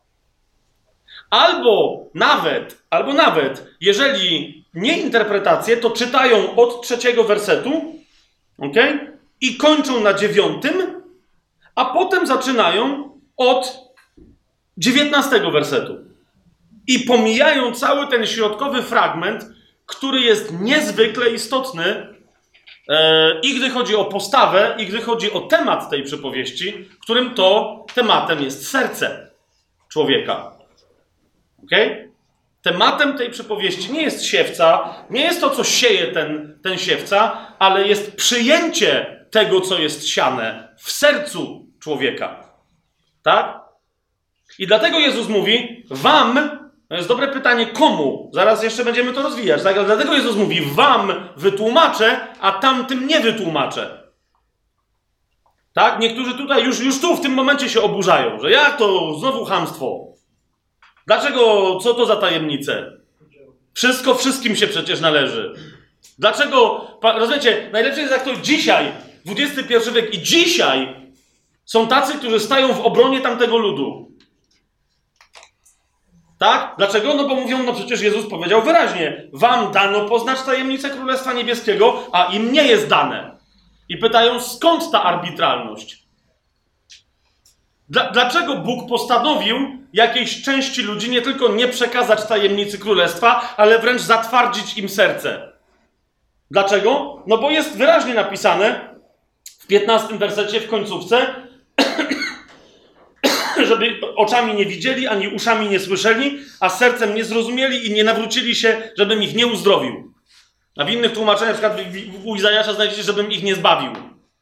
Albo nawet, jeżeli nie interpretację, to czytają od 3 wersetu, okay? I kończą na 9, a potem zaczynają od 19 wersetu. I pomijają cały ten środkowy fragment, który jest niezwykle istotny i gdy chodzi o postawę, i gdy chodzi o temat tej przypowieści, którym to tematem jest serce człowieka. Okay? Tematem tej przypowieści nie jest siewca, nie jest to, co sieje ten siewca, ale jest przyjęcie tego, co jest siane w sercu człowieka. Tak? I dlatego Jezus mówi, wam, to jest dobre pytanie, komu? Zaraz jeszcze będziemy to rozwijać. Tak? Ale dlatego Jezus mówi, wam wytłumaczę, a tamtym nie wytłumaczę. Tak? Niektórzy tutaj już tu w tym momencie się oburzają, że jak to znowu chamstwo? Dlaczego, co to za tajemnice? Wszystko wszystkim się przecież należy. Dlaczego, rozumiecie, najlepsze jest jak to dzisiaj, XXI wiek i dzisiaj są tacy, którzy stają w obronie tamtego ludu. Tak? Dlaczego? No bo mówią, no przecież Jezus powiedział wyraźnie, wam dano poznać tajemnicę Królestwa Niebieskiego, a im nie jest dane. I pytają, skąd ta arbitralność? Dlaczego Bóg postanowił jakiejś części ludzi nie tylko nie przekazać tajemnicy Królestwa, ale wręcz zatwardzić im serce? Dlaczego? No bo jest wyraźnie napisane w 15 wersecie, w końcówce, żeby oczami nie widzieli, ani uszami nie słyszeli, a sercem nie zrozumieli i nie nawrócili się, żebym ich nie uzdrowił. A w innych tłumaczeniach, na przykład u Izajasza znajdziecie, żebym ich nie zbawił.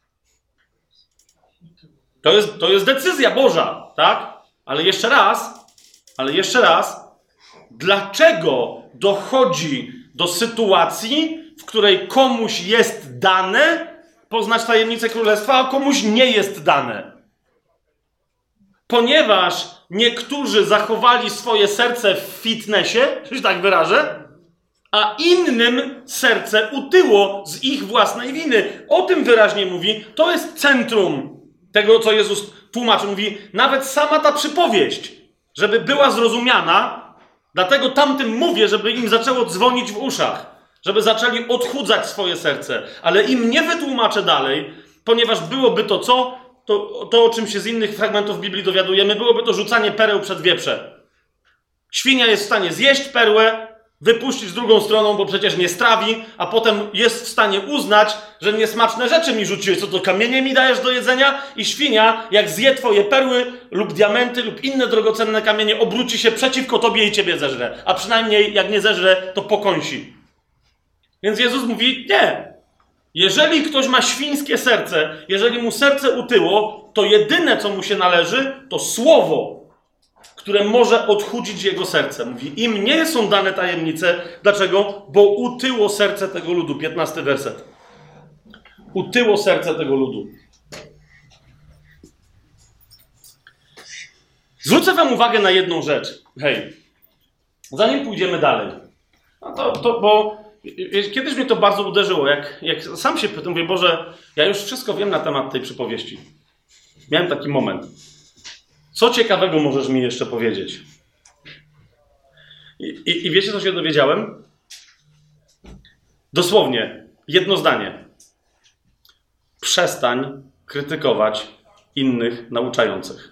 To jest decyzja Boża, tak? Ale jeszcze raz, dlaczego dochodzi do sytuacji, w której komuś jest dane poznać tajemnicę Królestwa, a komuś nie jest dane? Ponieważ niektórzy zachowali swoje serce w fitnessie, że się tak wyrażę, a innym serce utyło z ich własnej winy. O tym wyraźnie mówi, to jest centrum tego, co Jezus tłumaczy. Mówi, nawet sama ta przypowieść, żeby była zrozumiana, dlatego tamtym mówię, żeby im zaczęło dzwonić w uszach, żeby zaczęli odchudzać swoje serce. Ale im nie wytłumaczę dalej, ponieważ byłoby to co? To, o czym się z innych fragmentów Biblii dowiadujemy, byłoby to rzucanie pereł przed wieprze. Świnia jest w stanie zjeść perłę, wypuścić drugą stroną, bo przecież nie strawi, a potem jest w stanie uznać, że niesmaczne rzeczy mi rzuciłeś, co to kamienie mi dajesz do jedzenia? I świnia, jak zje twoje perły lub diamenty lub inne drogocenne kamienie, obróci się przeciwko tobie i ciebie zeżre. A przynajmniej jak nie zeżre, to pokąsi. Więc Jezus mówi, nie. Jeżeli ktoś ma świńskie serce, jeżeli mu serce utyło, to jedyne, co mu się należy, to słowo, które może odchudzić jego serce. Mówi, im nie są dane tajemnice. Dlaczego? Bo utyło serce tego ludu. 15 werset. Utyło serce tego ludu. Zwrócę wam uwagę na jedną rzecz. Hej, zanim pójdziemy dalej. No bo kiedyś mnie to bardzo uderzyło. Jak sam się pytam, mówię, Boże, ja już wszystko wiem na temat tej przypowieści. Miałem taki moment. Co ciekawego możesz mi jeszcze powiedzieć? I wiecie, co się dowiedziałem? Dosłownie, jedno zdanie. Przestań krytykować innych nauczających.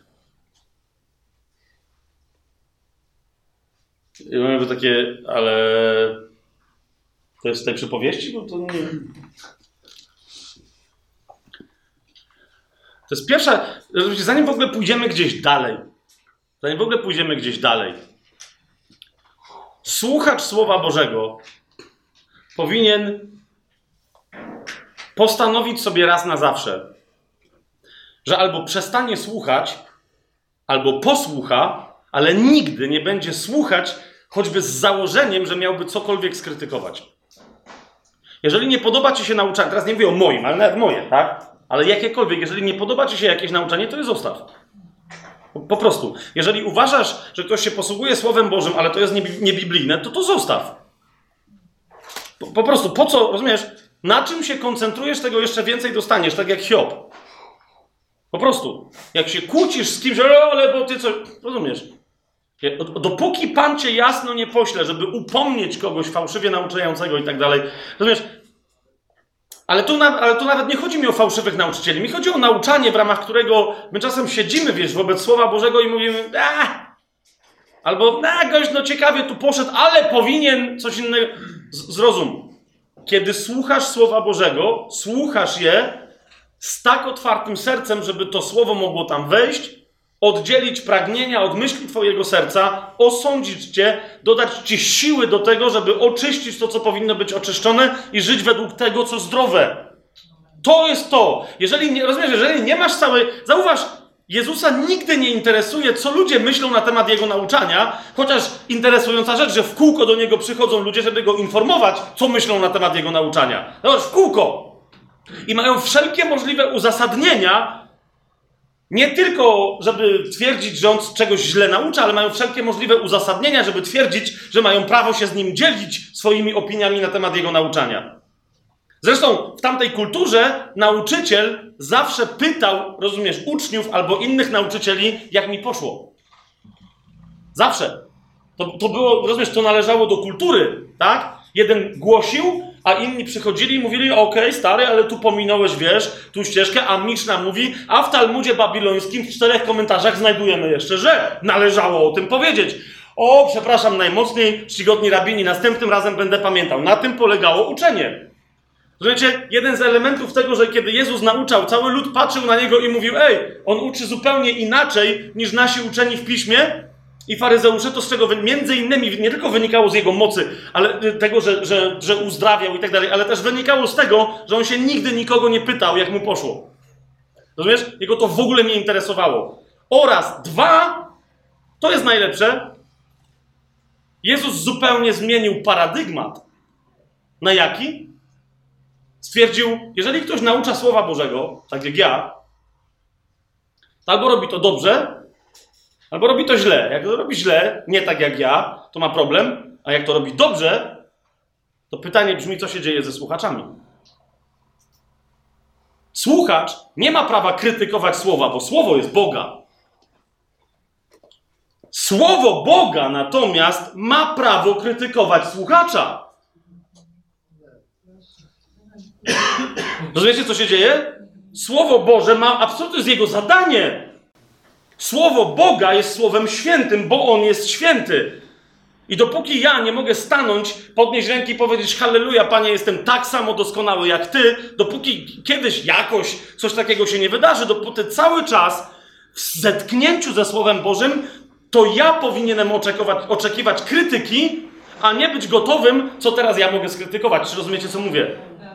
I mamy takie, ale to jest z tej przypowieści? Bo to nie... To jest pierwsza, zanim w ogóle pójdziemy gdzieś dalej, słuchacz Słowa Bożego powinien postanowić sobie raz na zawsze, że albo przestanie słuchać, albo posłucha, ale nigdy nie będzie słuchać, choćby z założeniem, że miałby cokolwiek skrytykować. Jeżeli nie podoba ci się nauczanie, teraz nie mówię o moim, ale nawet moje, tak? Ale jakiekolwiek, jeżeli nie podoba ci się jakieś nauczanie, to je zostaw. Po prostu. Jeżeli uważasz, że ktoś się posługuje Słowem Bożym, ale to jest niebiblijne, to zostaw. Po prostu. Po co, rozumiesz? Na czym się koncentrujesz, tego jeszcze więcej dostaniesz, tak jak Hiob. Po prostu. Jak się kłócisz z kimś, ale bo ty co... Rozumiesz? Dopóki Pan cię jasno nie pośle, żeby upomnieć kogoś fałszywie nauczającego i tak dalej. Rozumiesz? Ale tu nawet nie chodzi mi o fałszywych nauczycieli. Mi chodzi o nauczanie, w ramach którego my czasem siedzimy, wiesz, wobec Słowa Bożego i mówimy albo gość, no ciekawie tu poszedł, ale powinien coś innego. Zrozum. Kiedy słuchasz Słowa Bożego, słuchasz je z tak otwartym sercem, żeby to Słowo mogło tam wejść, oddzielić pragnienia od myśli twojego serca, osądzić cię, dodać ci siły do tego, żeby oczyścić to, co powinno być oczyszczone i żyć według tego, co zdrowe. To jest to. Jeżeli nie masz całej... Zauważ, Jezusa nigdy nie interesuje, co ludzie myślą na temat Jego nauczania, chociaż interesująca rzecz, że w kółko do Niego przychodzą ludzie, żeby Go informować, co myślą na temat Jego nauczania. Zobacz, w kółko. I mają wszelkie możliwe uzasadnienia, nie tylko, żeby twierdzić, że on czegoś źle naucza, ale mają wszelkie możliwe uzasadnienia, żeby twierdzić, że mają prawo się z nim dzielić swoimi opiniami na temat jego nauczania. Zresztą w tamtej kulturze nauczyciel zawsze pytał, rozumiesz, uczniów albo innych nauczycieli, jak mi poszło. Zawsze. To było, rozumiesz, to należało do kultury, tak? Jeden głosił, a inni przychodzili i mówili, okej, stary, ale tu pominąłeś, wiesz, tu ścieżkę, a Miszna mówi, a w Talmudzie babilońskim w 4 komentarzach znajdujemy jeszcze, że należało o tym powiedzieć. O, przepraszam najmocniej, czcigodni rabini, następnym razem będę pamiętał. Na tym polegało uczenie. Rozumiecie, jeden z elementów tego, że kiedy Jezus nauczał, cały lud patrzył na Niego i mówił, on uczy zupełnie inaczej niż nasi uczeni w Piśmie i faryzeusze, to z czego między innymi nie tylko wynikało z Jego mocy, ale tego, że uzdrawiał i tak dalej, ale też wynikało z tego, że On się nigdy nikogo nie pytał, jak mu poszło. Rozumiesz? Jego to w ogóle nie interesowało. Oraz 2, to jest najlepsze, Jezus zupełnie zmienił paradygmat. Na jaki? Stwierdził, jeżeli ktoś naucza Słowa Bożego, tak jak ja, to albo robi to dobrze, albo robi to źle. Jak to robi źle, nie tak jak ja, to ma problem, a jak to robi dobrze, to pytanie brzmi, co się dzieje ze słuchaczami. Słuchacz nie ma prawa krytykować Słowa, bo Słowo jest Boga. Słowo Boga natomiast ma prawo krytykować słuchacza. Rozumiecie, co się dzieje? Słowo Boże ma, absolutnie jest jego zadanie. Słowo Boga jest Słowem Świętym, bo On jest święty. I dopóki ja nie mogę stanąć, podnieść ręki i powiedzieć halleluja, Panie, jestem tak samo doskonały jak Ty, dopóki kiedyś jakoś coś takiego się nie wydarzy, dopóty cały czas w zetknięciu ze Słowem Bożym, to ja powinienem oczekiwać krytyki, a nie być gotowym, co teraz ja mogę skrytykować. Czy rozumiecie, co mówię?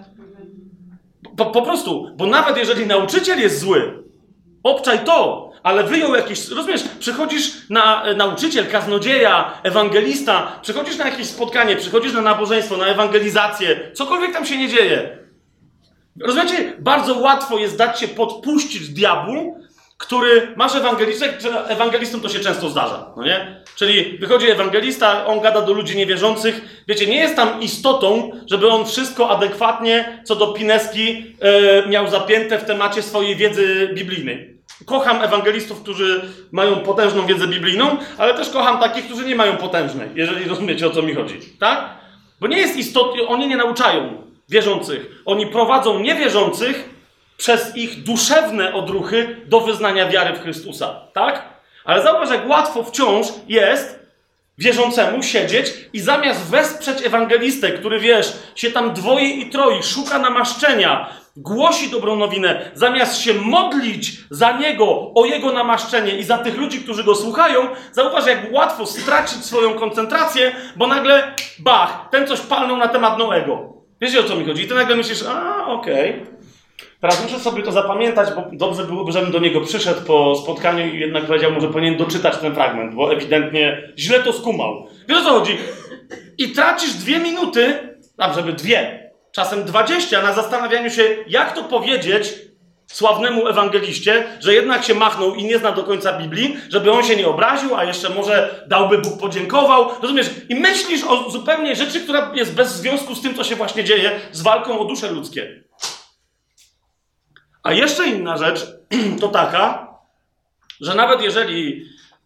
Po prostu, bo nawet jeżeli nauczyciel jest zły, obczaj to, ale wyjął jakieś, rozumiesz, przychodzisz na nauczyciel, kaznodzieja, ewangelista, przychodzisz na jakieś spotkanie, przychodzisz na nabożeństwo, na ewangelizację, cokolwiek tam się nie dzieje. Rozumiecie, bardzo łatwo jest dać się podpuścić diabłu, który masz ewangelistę, ewangelistą to się często zdarza, no nie? Czyli wychodzi ewangelista, on gada do ludzi niewierzących. Wiecie, nie jest tam istotą, żeby on wszystko adekwatnie co do Pineski miał zapięte w temacie swojej wiedzy biblijnej. Kocham ewangelistów, którzy mają potężną wiedzę biblijną, ale też kocham takich, którzy nie mają potężnej, jeżeli rozumiecie, o co mi chodzi, tak? Bo nie jest istotnie, oni nie nauczają wierzących. Oni prowadzą niewierzących przez ich duszewne odruchy do wyznania wiary w Chrystusa, tak? Ale zauważ, jak łatwo wciąż jest wierzącemu siedzieć i zamiast wesprzeć ewangelistę, który, wiesz, się tam dwoje i troi, szuka namaszczenia, głosi dobrą nowinę, zamiast się modlić za niego, o jego namaszczenie i za tych ludzi, którzy go słuchają, zauważ, jak łatwo stracić swoją koncentrację, bo nagle, bach, ten coś palnął na temat Noego. Wiecie, o co mi chodzi? I ty nagle myślisz, okej. Teraz muszę sobie to zapamiętać, bo dobrze byłoby, żebym do niego przyszedł po spotkaniu i jednak powiedział mu, że powinien doczytać ten fragment, bo ewidentnie źle to skumał. Wiesz, o co chodzi? I tracisz 2 minuty, żeby 2, czasem 20 na zastanawianiu się, jak to powiedzieć sławnemu ewangeliście, że jednak się machnął i nie zna do końca Biblii, żeby on się nie obraził, a jeszcze może dałby Bóg podziękował. Rozumiesz? I myślisz o zupełnie rzeczy, która jest bez związku z tym, co się właśnie dzieje, z walką o dusze ludzkie. A jeszcze inna rzecz to taka, że nawet jeżeli,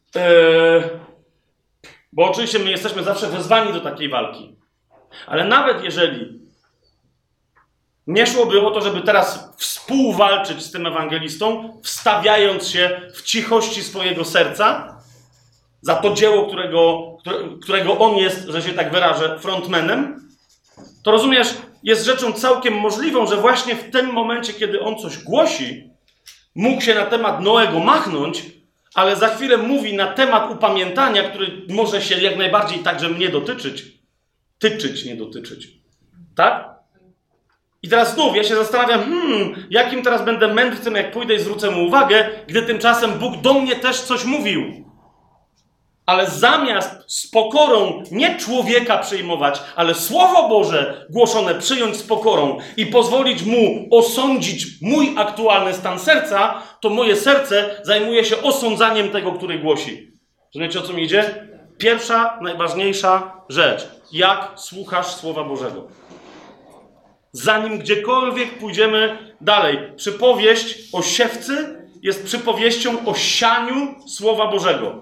bo oczywiście my jesteśmy zawsze wezwani do takiej walki, ale nawet jeżeli nie szłoby o to, żeby teraz współwalczyć z tym ewangelistą, wstawiając się w cichości swojego serca za to dzieło, którego on jest, że się tak wyrażę, frontmanem, to rozumiesz, jest rzeczą całkiem możliwą, że właśnie w tym momencie, kiedy on coś głosi, mógł się na temat Noego machnąć, ale za chwilę mówi na temat upamiętania, który może się jak najbardziej także mnie dotyczyć. Nie dotyczyć. Tak? I teraz znów ja się zastanawiam, jakim teraz będę mędrcem, jak pójdę i zwrócę mu uwagę, gdy tymczasem Bóg do mnie też coś mówił. Ale zamiast z pokorą nie człowieka przyjmować, ale Słowo Boże głoszone przyjąć z pokorą i pozwolić mu osądzić mój aktualny stan serca, to moje serce zajmuje się osądzaniem tego, który głosi. Rozumiecie, o co mi idzie? Pierwsza, najważniejsza rzecz. Jak słuchasz Słowa Bożego? zanim gdziekolwiek pójdziemy dalej. Przypowieść o siewcy jest przypowieścią o sianiu Słowa Bożego.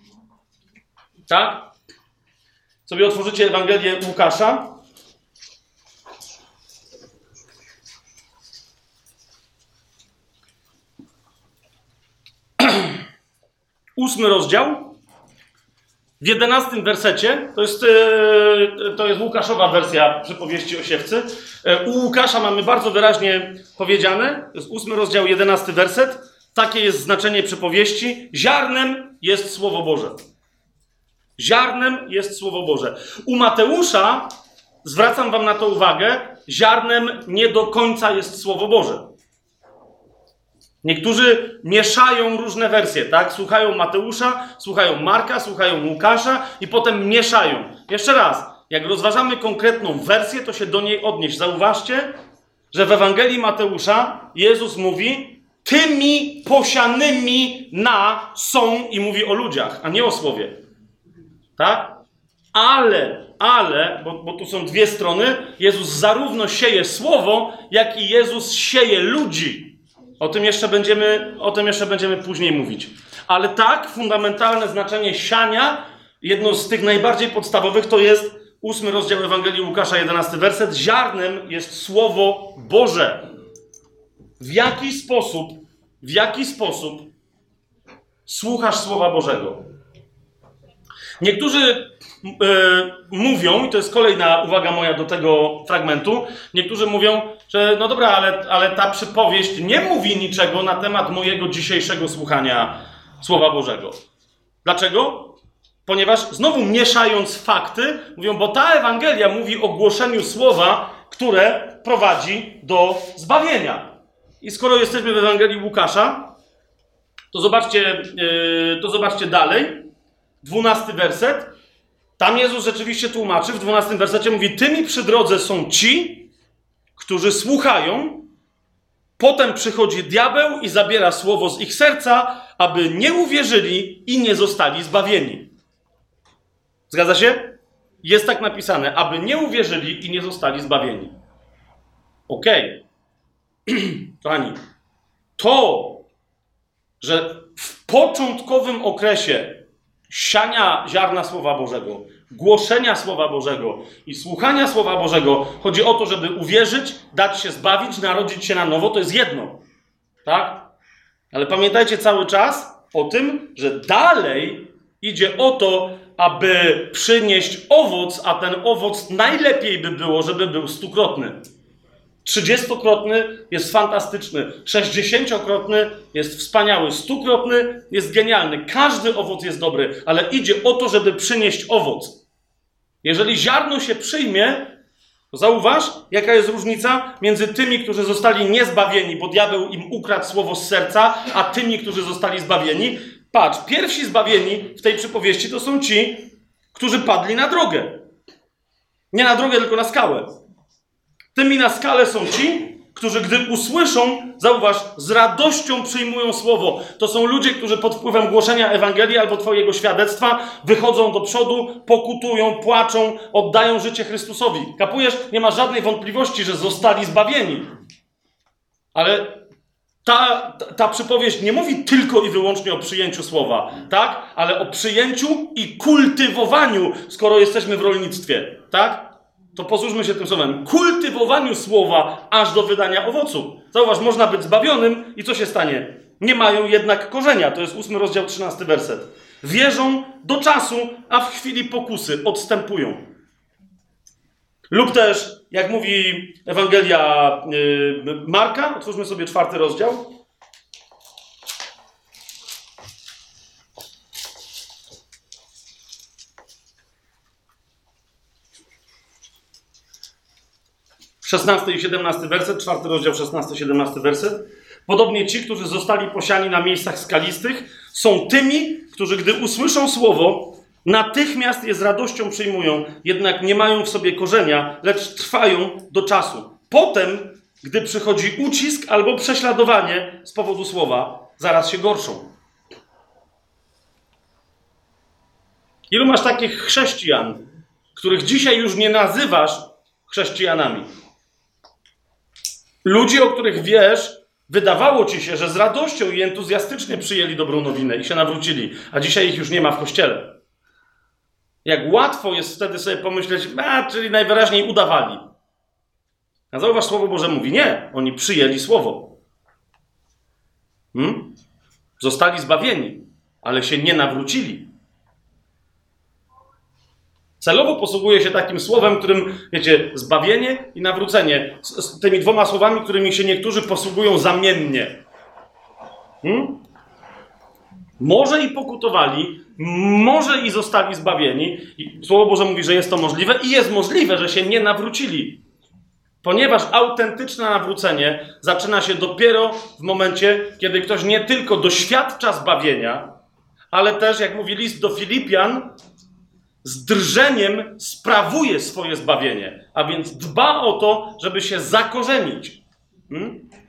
Tak? Sobie otworzycie Ewangelię Łukasza. 8 rozdział, w 11 wersecie, to jest Łukaszowa wersja przypowieści o siewcy. U Łukasza mamy bardzo wyraźnie powiedziane, to jest 8 rozdział, 11 werset, takie jest znaczenie przypowieści. Ziarnem jest Słowo Boże. Ziarnem jest Słowo Boże. U Mateusza, zwracam wam na to uwagę, ziarnem nie do końca jest Słowo Boże. Niektórzy mieszają różne wersje, tak? Słuchają Mateusza, słuchają Marka, słuchają Łukasza i potem mieszają. Jeszcze raz, jak rozważamy konkretną wersję, to się do niej odnieść. Zauważcie, że w Ewangelii Mateusza Jezus mówi tymi posianymi na są i mówi o ludziach, a nie o słowie. Tak? Ale, bo tu są dwie strony, Jezus zarówno sieje słowo, jak i Jezus sieje ludzi. O tym jeszcze będziemy później mówić. Ale tak, fundamentalne znaczenie siania, jedno z tych najbardziej podstawowych, to jest 8 rozdział Ewangelii Łukasza, 11 werset. Ziarnem jest Słowo Boże. W jaki sposób słuchasz Słowa Bożego? Niektórzy mówią, i to jest kolejna uwaga moja do tego fragmentu, niektórzy mówią, że no dobra, ale ta przypowieść nie mówi niczego na temat mojego dzisiejszego słuchania Słowa Bożego. Dlaczego? Ponieważ znowu mieszając fakty, mówią, bo ta Ewangelia mówi o głoszeniu Słowa, które prowadzi do zbawienia. I skoro jesteśmy w Ewangelii Łukasza, to zobaczcie dalej. 12 werset. Tam Jezus rzeczywiście tłumaczy. W 12 wersecie mówi: tymi przy drodze są ci, którzy słuchają, potem przychodzi diabeł i zabiera słowo z ich serca, aby nie uwierzyli i nie zostali zbawieni. Zgadza się? Jest tak napisane, aby nie uwierzyli i nie zostali zbawieni. Okej. Kochani, to, że w początkowym okresie siania ziarna Słowa Bożego, głoszenia Słowa Bożego i słuchania Słowa Bożego chodzi o to, żeby uwierzyć, dać się zbawić, narodzić się na nowo, to jest jedno. Tak? Ale pamiętajcie cały czas o tym, że dalej idzie o to, aby przynieść owoc, a ten owoc najlepiej by było, żeby był 100-krotny. 30-krotny jest fantastyczny, 60-krotny jest wspaniały, 100-krotny jest genialny. Każdy owoc jest dobry, ale idzie o to, żeby przynieść owoc. Jeżeli ziarno się przyjmie, to zauważ, jaka jest różnica między tymi, którzy zostali niezbawieni, bo diabeł im ukradł słowo z serca, a tymi, którzy zostali zbawieni. Patrz, pierwsi zbawieni w tej przypowieści to są ci, którzy padli na drogę. Nie na drogę, tylko na skałę. Tymi na skale są ci, którzy gdy usłyszą, zauważ, z radością przyjmują słowo. To są ludzie, którzy pod wpływem głoszenia Ewangelii albo twojego świadectwa wychodzą do przodu, pokutują, płaczą, oddają życie Chrystusowi. Kapujesz? Nie ma żadnej wątpliwości, że zostali zbawieni. Ale ta przypowieść nie mówi tylko i wyłącznie o przyjęciu słowa, tak? Ale o przyjęciu i kultywowaniu, skoro jesteśmy w rolnictwie, tak? To posłużmy się tym słowem. Kultywowaniu słowa aż do wydania owocu. Zauważ, można być zbawionym i co się stanie? Nie mają jednak korzenia. To jest 8 rozdział, 13 werset. Wierzą do czasu, a w chwili pokusy odstępują. Lub też, jak mówi Ewangelia Marka, otwórzmy sobie 4 rozdział. W 16 i 17 werset, 4 rozdział, 16-17 werset. Podobnie ci, którzy zostali posiani na miejscach skalistych, są tymi, którzy gdy usłyszą słowo, natychmiast je z radością przyjmują, jednak nie mają w sobie korzenia, lecz trwają do czasu. Potem, gdy przychodzi ucisk albo prześladowanie z powodu słowa, zaraz się gorszą. Ilu masz takich chrześcijan, których dzisiaj już nie nazywasz chrześcijanami? Ludzi, o których wiesz, wydawało ci się, że z radością i entuzjastycznie przyjęli dobrą nowinę i się nawrócili, a dzisiaj ich już nie ma w kościele. Jak łatwo jest wtedy sobie pomyśleć, czyli najwyraźniej udawali. A zauważ, Słowo Boże mówi, nie, oni przyjęli Słowo. Zostali zbawieni, ale się nie nawrócili. Celowo posługuję się takim słowem, którym, wiecie, zbawienie i nawrócenie. Z tymi dwoma słowami, którymi się niektórzy posługują zamiennie. Może i pokutowali, może i zostali zbawieni. I Słowo Boże mówi, że jest to możliwe i jest możliwe, że się nie nawrócili. Ponieważ autentyczne nawrócenie zaczyna się dopiero w momencie, kiedy ktoś nie tylko doświadcza zbawienia, ale też, jak mówi list do Filipian, z drżeniem sprawuje swoje zbawienie, a więc dba o to, żeby się zakorzenić.